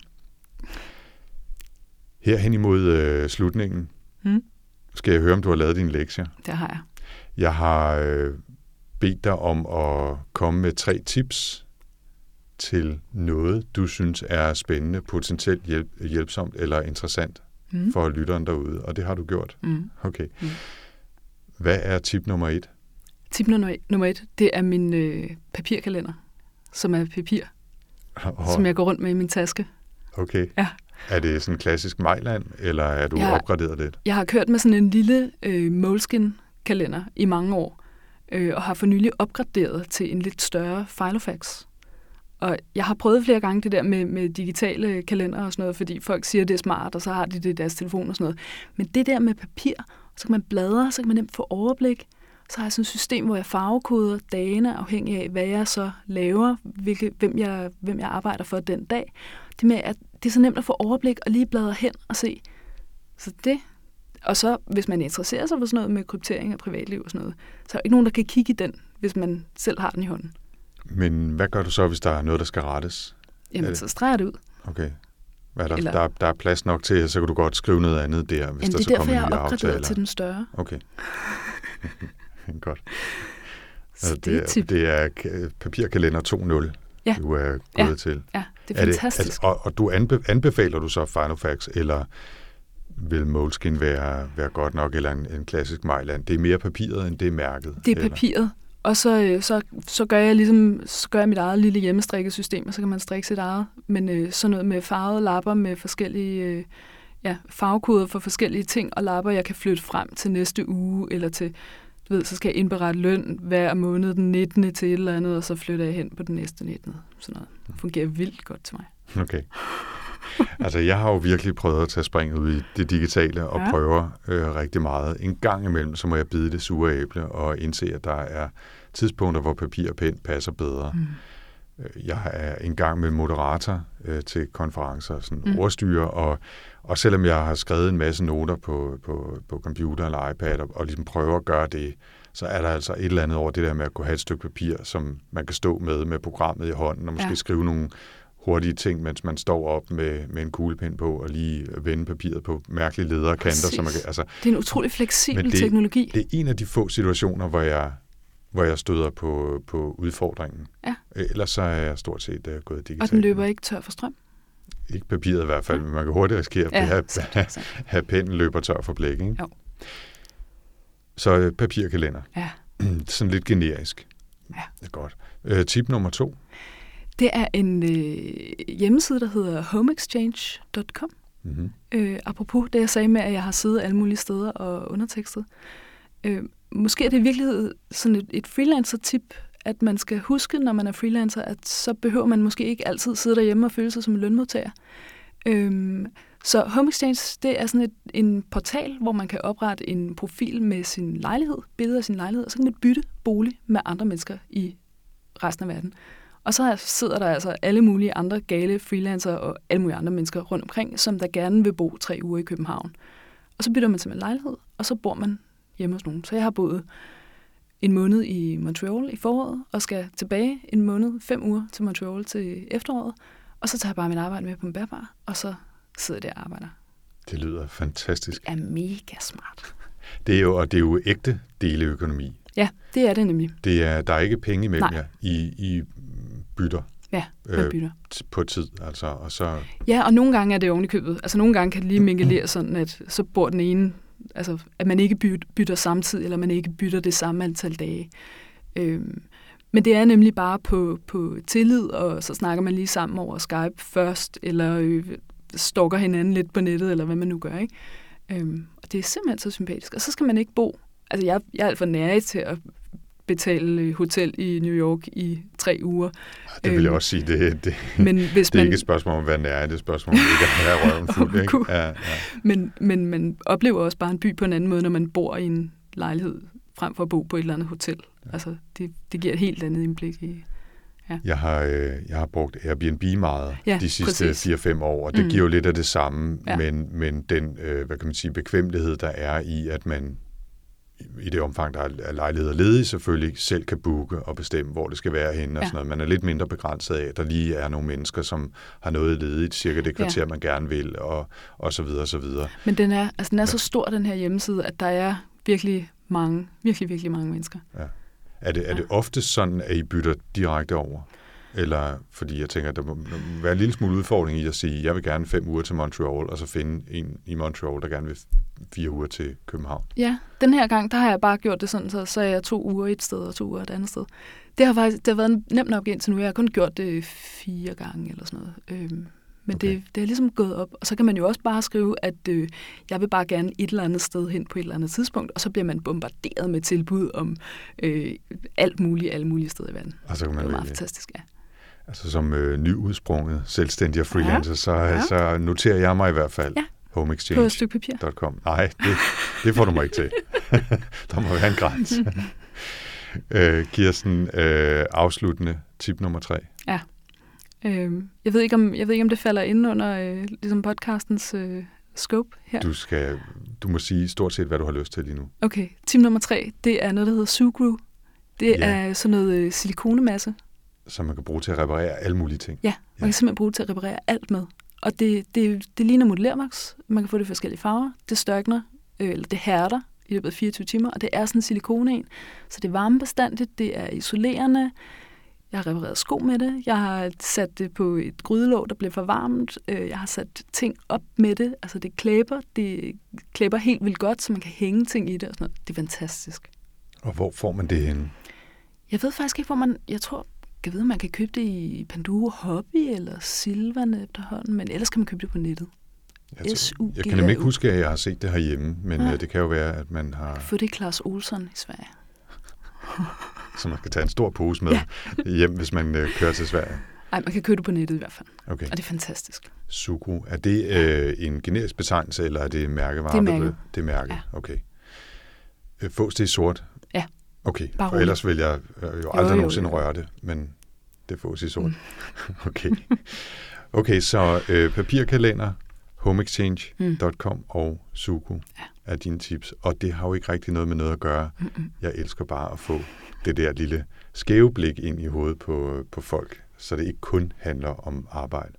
Her hen imod slutningen, skal jeg høre, om du har lavet dine lektier? Det har jeg. Jeg har bedt dig om at komme med 3 tips til noget, du synes er spændende, potentielt hjælpsomt eller interessant for lytteren derude, og det har du gjort. Okay. Hvad er tip nummer 1? Tip nummer 1, det er min papirkalender, som er papir, som jeg går rundt med i min taske. Okay. Ja. Er det sådan en klassisk Mejland, eller er du opgraderet lidt? Jeg har kørt med sådan en lille Moleskine-kalender i mange år, og har for nylig opgraderet til en lidt større Filofax. Og jeg har prøvet flere gange det der med digitale kalendere og sådan noget, fordi folk siger, det er smart, og så har de det i deres telefon og sådan noget. Men det der med papir, så kan man bladre, så kan man nemt få overblik. Så har jeg sådan et system, hvor jeg farvekoder dagene, afhængig af, hvad jeg så laver, hvem jeg arbejder for den dag. Det med, at det er så nemt at få overblik og lige bladre hen og se. Så det. Og så, hvis man interesserer sig for sådan noget med kryptering af privatliv og sådan noget, så er der ikke nogen, der kan kigge i den, hvis man selv har den i hånden. Men hvad gør du så, hvis der er noget, der skal rettes? Jamen, så streger det ud. Okay. Der er plads nok til, så kan du godt skrive noget andet der, hvis der så kommer nye aftaler. Det er derfor, jeg har opgraderet til den større. Okay. Godt. Så det er papirkalender 2.0, du er gået til. Ja, det er fantastisk. Og du anbefaler du så Filofax, eller vil Moleskine være godt nok, eller en klassisk Mejland? Det er mere papiret, end det er mærket? Det er papiret. Og så gør jeg mit eget lille hjemmestrikkesystem, og så kan man strikke sit eget. Men sådan noget med farvede lapper med forskellige farvekoder for forskellige ting, og lapper, jeg kan flytte frem til næste uge, eller til, så skal jeg indberette løn hver måned den 19. til et eller andet, og så flytter jeg hen på den næste 19. Sådan noget. Det fungerer vildt godt til mig. Okay. Altså, jeg har jo virkelig prøvet at tage springet ud i det digitale, og prøver rigtig meget. En gang imellem, så må jeg bide det sure æble og indse, at der er tidspunkter, hvor papir og pen passer bedre. Jeg er en gang med moderator til konferencer, sådan ordstyre, og selvom jeg har skrevet en masse noter på computer eller iPad, og ligesom prøver at gøre det, så er der altså et eller andet over det der med at kunne have et stykke papir, som man kan stå med programmet i hånden, og måske skrive nogle hurtige ting, mens man står op med en kuglepen på, og lige vende papiret på mærkelige ledere kanter. Så man kan, altså, det er en utrolig fleksibel teknologi. Det er en af de få situationer, hvor jeg støder på udfordringen. Ja. Ellers så er jeg stort set gået digitalt. Og den løber ikke tør for strøm? Ikke papiret i hvert fald, men man kan hurtigt risikere at have pennen løber tør for blæk. Ikke? Jo. Så papirkalender. Ja. Sådan lidt generisk. Ja. Det er godt. Tip nummer 2. Det er en hjemmeside, der hedder homeexchange.com. Apropos det, jeg sagde med, at jeg har siddet alle mulige steder og undertekstet. Måske er det i virkeligheden sådan et freelancer-tip, at man skal huske, når man er freelancer, at så behøver man måske ikke altid sidde derhjemme og føle sig som en lønmodtager. Så Home Exchange, det er sådan en portal, hvor man kan oprette en profil med sin lejlighed, billeder af sin lejlighed, og så kan man bytte bolig med andre mennesker i resten af verden. Og så sidder der altså alle mulige andre gale freelancer og alle mulige andre mennesker rundt omkring, som der gerne vil bo 3 uger i København. Og så bytter man simpelthen lejlighed, og så bor man hjemme hos nogen. Så jeg har boet en måned i Montreal i foråret, og skal tilbage en måned, 5 uger til Montreal til efteråret. Og så tager jeg bare mit arbejde med på en bærbar, og så sidder jeg der og arbejder. Det lyder fantastisk. Det er mega smart. Det er jo ægte deleøkonomi. Ja, det er det nemlig. Der er ikke penge imellem jer. I bytter. Ja, man bytter. På tid, altså. Og så... Ja, og nogle gange er det oven i købet. Altså nogle gange kan det lige mingelere sådan, at så bor den ene, altså at man ikke bytter samtidig, eller man ikke bytter det samme antal dage. Men det er nemlig bare på tillid, og så snakker man lige sammen over Skype først, eller stalker hinanden lidt på nettet, eller hvad man nu gør, ikke? Og det er simpelthen så sympatisk. Og så skal man ikke bo. Altså jeg er alt for nærig til at betale hotel i New York i 3 uger. Det vil jeg også sige. Det er ikke et spørgsmål om at være nærig, det er et spørgsmål om ikke at have røven fuld. Ikke? Ja. Men man oplever også bare en by på en anden måde, når man bor i en lejlighed, frem for at bo på et eller andet hotel. Ja. Altså, det giver et helt andet indblik i... Ja. Jeg har brugt Airbnb meget de sidste 4-5 år, og det giver jo lidt af det samme, men den hvad kan man sige, bekvemmelighed, der er i, at man i det omfang, der er lejligheder ledige, selvfølgelig selv kan booke og bestemme, hvor det skal være henne og sådan noget. Man er lidt mindre begrænset af, at der lige er nogle mennesker, som har noget ledigt, cirka det kvarter, man gerne vil, og så videre, og så videre. Men den er så stor, den her hjemmeside, at der er virkelig mange mennesker. Ja. Er det ofte sådan, at I bytter direkte over? Eller, fordi jeg tænker, at der må være en lille smule udfordring i at sige, jeg vil gerne 5 uger til Montreal, og så finde en i Montreal, der gerne vil 4 uger til København. Ja, den her gang, der har jeg bare gjort det sådan, så er jeg 2 uger et sted og 2 uger et andet sted. Det har været nemt nok indtil nu. Jeg har kun gjort det 4 gange eller sådan noget. Men okay. det er ligesom gået op. Og så kan man jo også bare skrive, at jeg vil bare gerne et eller andet sted hen på et eller andet tidspunkt, og så bliver man bombarderet med tilbud om alle mulige steder i verden. Og så kan man det er meget fantastisk, ja. Altså som nyudsprunget selvstændig og freelancer, så noterer jeg mig i hvert fald homeexchange.com. På et stykke papir. Nej, det får du mig ikke til. Der må være en grænse. Kirsten, afsluttende tip nummer 3. Ja. Jeg ved ikke, om det falder ind under ligesom podcastens scope her. Du må sige stort set, hvad du har lyst til lige nu. Okay, tip nummer 3, det er noget, der hedder Sugru. Det er sådan noget silikonemasse, som man kan bruge til at reparere alle mulige ting. Ja, man kan simpelthen bruge det til at reparere alt med. Og det ligner modellervoks. Man kan få det i forskellige farver. Det størkner, eller det hærder i løbet af 24 timer, og det er sådan en silikone en. Så det er varmebestandigt, det er isolerende. Jeg har repareret sko med det. Jeg har sat det på et grydelåg, der bliver for varmt. Jeg har sat ting op med det. Altså det klæber helt vildt godt, så man kan hænge ting i det og sådan noget. Det er fantastisk. Og hvor får man det henne? Jeg ved faktisk ikke, hvor man... Jeg ved, man kan købe det i Panduro Hobby eller Silvan efterhånden, men ellers kan man købe det på nettet. Jeg kan nemlig ikke huske, at jeg har set det herhjemme, men det kan jo være, at man har... Få det i Claes Olsson i Sverige. Så man skal tage en stor pose med hjem, hvis man kører til Sverige? Nej, man kan købe det på nettet i hvert fald. Okay. Og det er fantastisk. Suco. Er det en generisk betegnelse, eller er det mærkevare? Det er mærke. Det er mærke, ja. Okay. Fås det i sort? Ja. Okay, for ellers vil jeg jo aldrig nogensinde røre det, men det fås i sort. Okay. Okay, så papirkalender, homeexchange.com og Suco er dine tips. Og det har jo ikke rigtig noget med noget at gøre. Jeg elsker bare at få det der lille skæve blik ind i hovedet på folk, så det ikke kun handler om arbejde.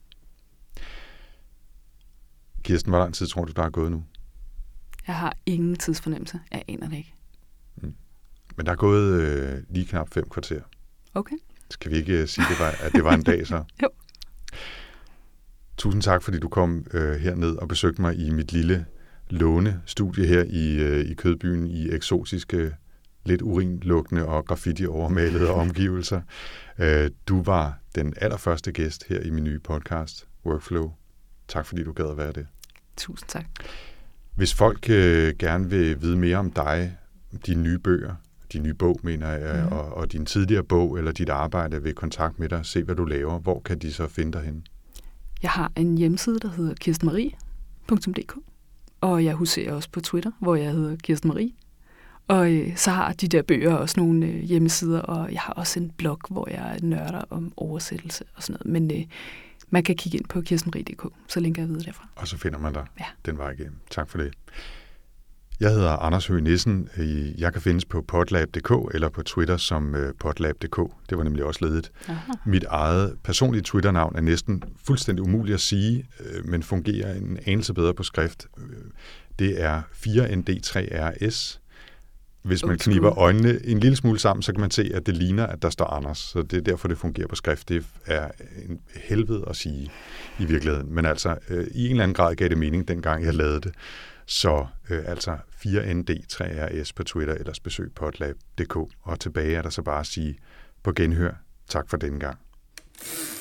Kirsten, hvor lang tid tror du, der er gået nu? Jeg har ingen tidsfornemmelse. Jeg aner det ikke. Men der er gået lige knap 5 kvarter. Okay. Skal vi ikke sige, at det var en dag så? Jo. Tusind tak, fordi du kom herned og besøgte mig i mit lille lånestudie her i Kødbyen i eksotiske, lidt urinlugtende og graffiti-overmalede omgivelser. Du var den allerførste gæst her i min nye podcast, Workflow. Tak, fordi du gad at være det. Tusind tak. Hvis folk gerne vil vide mere om dig, dine nye bøger, din nye bog, mener jeg, og din tidligere bog, eller dit arbejde ved kontakt med dig, se hvad du laver, hvor kan de så finde dig henne? Jeg har en hjemmeside, der hedder kirstenmarie.dk, og jeg huserer også på Twitter, hvor jeg hedder Kirsten Marie. Og så har de der bøger også nogle hjemmesider, og jeg har også en blog, hvor jeg nørder om oversættelse og sådan noget. Men man kan kigge ind på kirstenmarie.dk, så linker jeg videre derfra. Og så finder man dig den vej igennem. Tak for det. Jeg hedder Anders Høgh Nissen. Jeg kan findes på podlab.dk eller på Twitter som podlab.dk. Det var nemlig også ledet. Aha. Mit eget personlige Twitter-navn er næsten fuldstændig umuligt at sige, men fungerer en anelse bedre på skrift. Det er 4ND3RS. Hvis man kniber øjnene en lille smule sammen, så kan man se, at det ligner, at der står Anders. Så det er derfor, det fungerer på skrift. Det er en helvede at sige i virkeligheden. Men altså, i en eller anden grad gav det mening, dengang jeg lavede det. Så altså 4ND3RS på Twitter, ellers besøg podlab.dk. Og tilbage er der så bare at sige på genhør. Tak for denne gang.